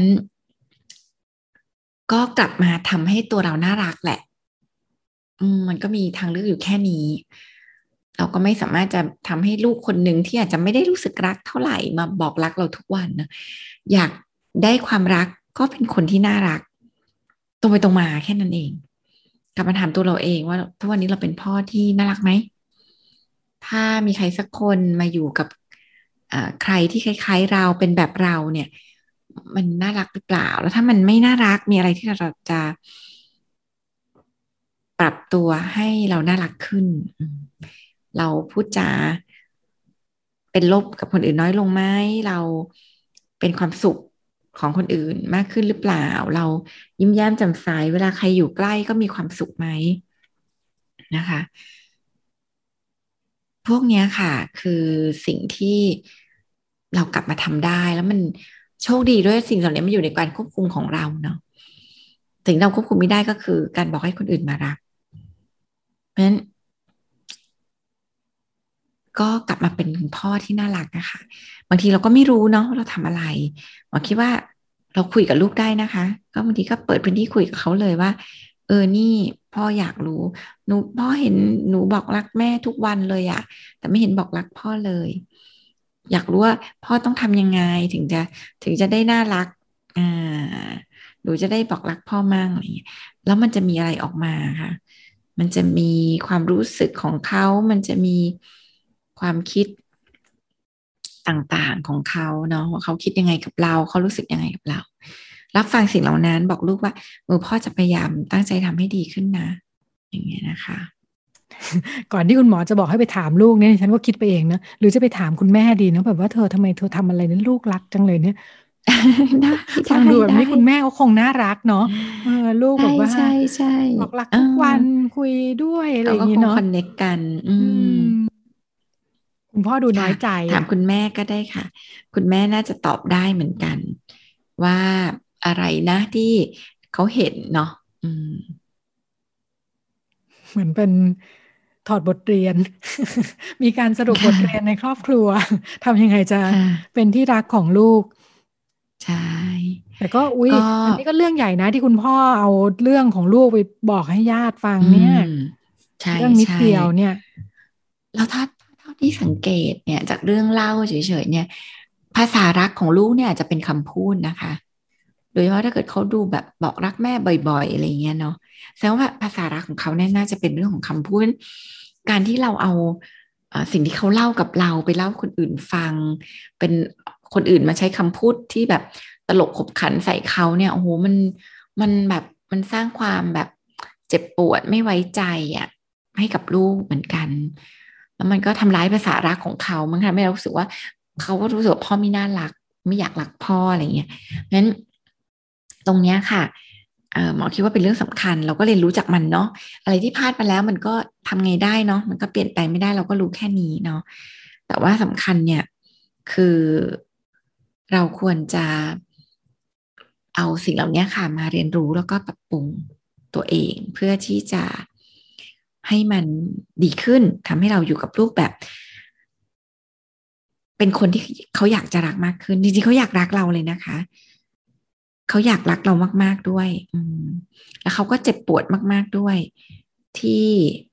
ก็กลับมาทำให้ตัวเราน่ารักแหละอืมมันก็มีทางเลือกอยู่แค่นี้เราก็ไม่สามารถจะทำให้ลูกคนหนึ่งที่อาจจะไม่ได้รู้สึกรักเท่าไหร่มาบอกรักเราทุกวันนะอยากได้ความรักก็เป็นคนที่น่ารักตรงไปตรงมาแค่นั้นเองกลับมาถามตัวเราเองว่าทุกวันนี้เราเป็นพ่อที่น่ารักไหมถ้ามีใครสักคนมาอยู่กับใครที่คล้ายๆเราเป็นแบบเราเนี่ยมันน่ารักหรือเปล่าแล้วถ้ามันไม่น่ารักมีอะไรที่เราจะปรับตัวให้เราน่ารักขึ้นเราพูดจาเป็นลบกับคนอื่นน้อยลงไหมเราเป็นความสุขของคนอื่นมากขึ้นหรือเปล่าเรายิ้มแย้มแจ่มใสเวลาใครอยู่ใกล้ก็มีความสุขไหมนะคะพวกนี้ค่ะคือสิ่งที่เรากลับมาทำได้แล้วมันโชคดีด้วยสิ่งเหล่านี้มันอยู่ในการควบคุมของเราเนาะสิ่งเราควบคุมไม่ได้ก็คือการบอกให้คนอื่นมารักเพราะฉะนั้นก็กลับมาเป็นคุณพ่อที่น่ารักนะคะบางทีเราก็ไม่รู้เนาะเราทำอะไรหมอคิดว่าเราคุยกับลูกได้นะคะก็บางทีก็เปิดพื้นที่คุยกับเขาเลยว่าเออนี่พ่ออยากรู้หนูพ่อเห็นหนูบอกรักแม่ทุกวันเลยอะแต่ไม่เห็นบอกรักพ่อเลยอยากรู้ว่าพ่อต้องทำยังไงถึงจะถึงจะได้น่ารักอ่าหนูจะได้บอกรักพ่อมั่งอะไรอย่างเงี้ยแล้วมันจะมีอะไรออกมาค่ะมันจะมีความรู้สึกของเขามันจะมีความคิดต่างๆของเขาเนาะว่าเขาคิดยังไงกับเราเขารู้สึกยังไงกับเรารับฟังสิ่งเหล่านั้นบอกลูกว่าเออพ่อจะพยายามตั้งใจทำให้ดีขึ้นนะอย่างเงี้ยนะคะก่อนที่คุณหมอจะบอกให้ไปถามลูกเนี่ยฉันก็คิดไปเองนะหรือจะไปถามคุณแม่ดีนะแบบว่าเธอทำไมเธอทำอะไรเนี่ยลูกรักจังเลยเนี่ยฟังดูแบบนี้คุณแม่ก็คงน่ารักเนาะเออลูกแบบว่าใช่ใช่บอกรักทุกวันคุยด้วยอะไรอย่างนี้เนาะเขาก็คงคอนเนคกัน อืมคุณพ่อดูน้อยใจถามคุณแม่ก็ได้ค่ะคุณแม่น่าจะตอบได้เหมือนกันว่าอะไรนะที่เขาเห็นเนาะอืมเหมือนเป็นถอดบทเรียน มีการสรุปบทเรียนในครอบครัวทำยังไงจะเป็นที่รักของลูกใช่แต่ก็อุ้ยอันนี้ก็เรื่องใหญ่นะที่คุณพ่อเอาเรื่องของลูกไปบอกให้ญาติฟังเนี่ยเรื่องนิดเดียวเนี่ยแล้วถ้าเท่าที่สังเกตเนี่ยจากเรื่องเล่าเฉยๆเนี่ยภาษารักของลูกเนี่ยอาจจะเป็นคำพูดนะคะโดยเฉพาะถ้าเกิดเขาดูแบบบอกรักแม่บ่อยๆอะไรเงี้ยเนาะแสดงว่าภาษารักของเขาเนี่ยน่าจะเป็นเรื่องของคำพูดการที่เราเอาสิ่งที่เขาเล่ากับเราไปเล่าคนอื่นฟังเป็นคนอื่นมาใช้คำพูดที่แบบตลกขบขันใส่เขาเนี่ยโอ้โหมันมันแบบมันสร้างความแบบเจ็บปวดไม่ไว้ใจอ่ะให้กับลูกเหมือนกันแล้วมันก็ทำร้ายภาษารักของเขามันทำให้เรารู้สึกว่าเขาก็รู้สึกว่าพ่อไม่น่ารักไม่อยากรักพ่ออะไรเงี้ยงั้นตรงเนี้ยค่ะหมอคิดว่าเป็นเรื่องสำคัญเราก็เรียนรู้จากมันเนาะอะไรที่พลาดไปแล้วมันก็ทำไงได้เนาะมันก็เปลี่ยนแปลงไม่ได้เราก็รู้แค่นี้เนาะแต่ว่าสำคัญเนี่ยคือเราควรจะเอาสิ่งเหล่านี้ค่ะมาเรียนรู้แล้วก็ปรับปรุงตัวเองเพื่อที่จะให้มันดีขึ้นทำให้เราอยู่กับลูกแบบเป็นคนที่เขาอยากจะรักมากขึ้นจริงๆเขาอยากรักเราเลยนะคะเขาอยากรักเรามากๆด้วยอืมแล้วเขาก็เจ็บปวดมากๆด้วยที่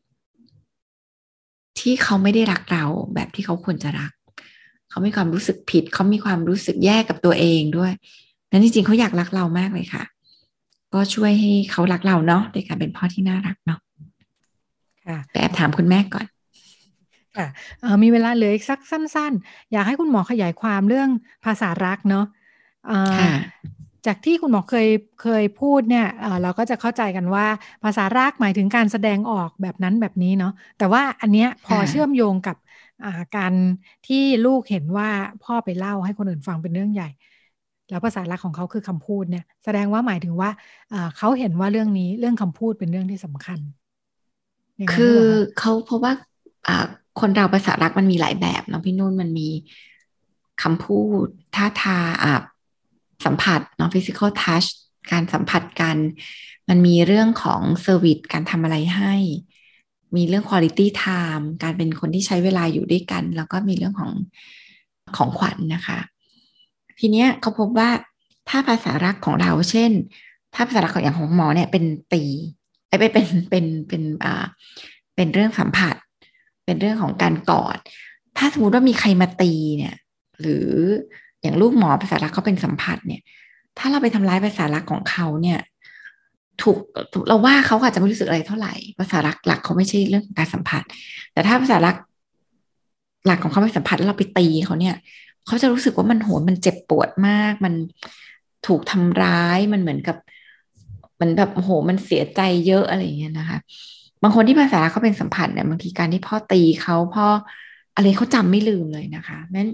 ที่เขาไม่ได้รักเราแบบที่เขาควรจะรักเขามีความรู้สึกผิดเขามีความรู้สึกแย่กับตัวเองด้วยนั้นจริงๆเขาอยากรักเรามากเลยค่ะก็ช่วยให้เขารักเราเนาะโดยการเป็นพ่อที่น่ารักเนาะค่ะไปแอบถามคุณแม่ก่อนค่ะมีเวลาเหลืออีกสักสั้นๆอยากให้คุณหมอขยายความเรื่องภาษารักเนาะจากที่คุณหมอเคยเคยพูดเนี่ยเราก็จะเข้าใจกันว่าภาษารักหมายถึงการแสดงออกแบบนั้นแบบนี้เนาะแต่ว่าอันเนี้ยพอเชื่อมโยงกับการที่ลูกเห็นว่าพ่อไปเล่าให้คนอื่นฟังเป็นเรื่องใหญ่แล้วภาษารักของเขาคือคำพูดเนี่ยแสดงว่าหมายถึงว่าเขาเห็นว่าเรื่องนี้เรื่องคำพูดเป็นเรื่องที่สำคัญคือเขาเพราะว่าคนเราภาษารักมันมีหลายแบบเนาะพี่นุ่นมันมีคำพูดท่าทางสัมผัสเนาะ physical touch การสัมผัสกันมันมีเรื่องของ service การทำอะไรให้มีเรื่อง quality time การเป็นคนที่ใช้เวลาอยู่ด้วยกันแล้วก็มีเรื่องของของขวัญ นะคะ ทีเนี้ยเขาพบว่าถ้าภาษารักของเราเช่นถ้าภาษารักของอย่างของหมอเนี่ยเป็นตีไอ้เป็นเป็นเป็นอ่าเป็นเรื่องสัมผัสเป็นเรื่องของการกอดถ้าสมมติว่ามีใครมาตีเนี่ยหรืออย่างลูกหมอภาษารักเขาเป็นสัมผัสเนี่ยถ้าเราไปทำร้ายภาษารักของเขาเนี่ยถูกเราว่าเขาอาจจะไม่รู้สึกอะไรเท่าไหร่ภาษารักหลักเขาไม่ใช่เรื่องการสัมผัสแต่ถ้าภาษารักหลักของเขาเป็นสัมผัสแล้วเราไปตีเขาเนี่ยเขาจะรู้สึกว่ามันโหมันเจ็บปวดมากมันถูกทำร้ายมันเหมือนกับมันแบบโอ้โหมันเสียใจเยอะอะไรอย่างเงี้ยนะคะบางคนที่ภาษาเขาเป็นสัมผัสเนี่ยบางทีการที่พ่อตีเขาพ่ออะไรเขาจำไม่ลืมเลยนะคะนั้น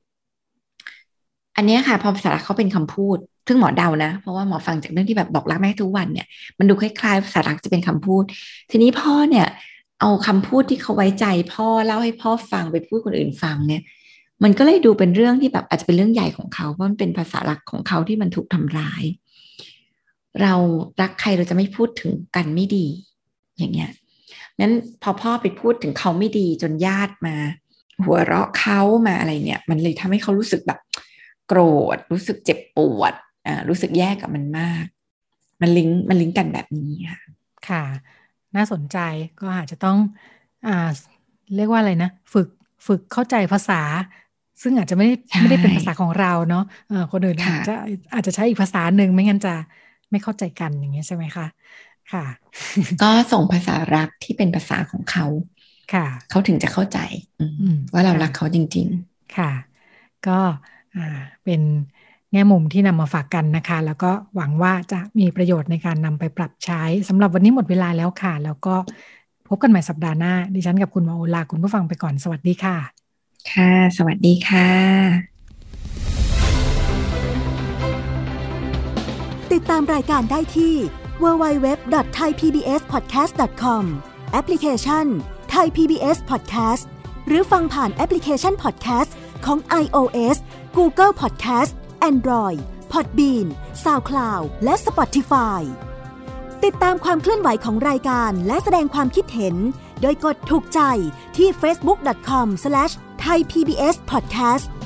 อันนี้ค่ะพอภาษาเขาเป็นคำพูดซึ่งหมอเดานะเพราะว่าหมอฟังจากเรื่องที่แบบบอกรักแม่ทุกวันเนี่ยมันดูคล้ายๆภาษารักจะเป็นคำพูดทีนี้พ่อเนี่ยเอาคำพูดที่เขาไว้ใจพ่อเล่าให้พ่อฟังไปพูดคนอื่นฟังเนี่ยมันก็เลยดูเป็นเรื่องที่แบบอาจจะเป็นเรื่องใหญ่ของเขาเพราะมันเป็นภาษารักของเขาที่มันถูกทำร้ายเรารักใครเราจะไม่พูดถึงกันไม่ดีอย่างเงี้ยนั้นพอพ่อไปพูดถึงเขาไม่ดีจนญาติมาหัวเราะเขามาอะไรเนี่ยมันเลยทำให้เขารู้สึกแบบโกรธรู้สึกเจ็บปวดอ่ารู้สึกแย่กับมันมากมันลิงก์มันลิงก์กันแบบนี้ค่ะค่ะน่าสนใจก็อาจจะต้องอ่าเรียกว่าอะไรนะฝึกฝึกเข้าใจภาษาซึ่งอาจจะไม่ได้ไม่ได้เป็นภาษาของเราเนาะเออคนอื่นอาจจะอาจจะใช้อีกภาษาหนึ่งไม่งั้นจะไม่เข้าใจกันอย่างเงี้ยใช่ไหมคะค่ะก็ส่งภาษารักที่เป็นภาษาของเขาค่ะเขาถึงจะเข้าใจว่าเรารักเขาจริงๆค่ะก็อ่าเป็นแง่มุมที่นำมาฝากกันนะคะแล้วก็หวังว่าจะมีประโยชน์ในการนำไปปรับใช้สำหรับวันนี้หมดเวลาแล้วค่ะแล้วก็พบกันใหม่สัปดาห์หน้าดิฉันกับคุณหมอโอลาคุณผู้ฟังไปก่อนสวัสดีค่ะค่ะสวัสดีค่ะติดตามรายการได้ที่ ดับเบิลยู ดับเบิลยู ดับเบิลยู ดอท ไทย พี บี เอส พอดแคสต์ ดอท คอม แอปพลิเคชัน Thai พี บี เอส Podcast หรือฟังผ่านแอปพลิเคชัน Podcast ของ iOS Google Podcast Android Podbean SoundCloud และ Spotify ติดตามความเคลื่อนไหวของรายการและแสดงความคิดเห็นโดยกดถูกใจที่ เฟซบุ๊ก ดอท คอม สแลช ไทย พี บี เอส พอดแคสต์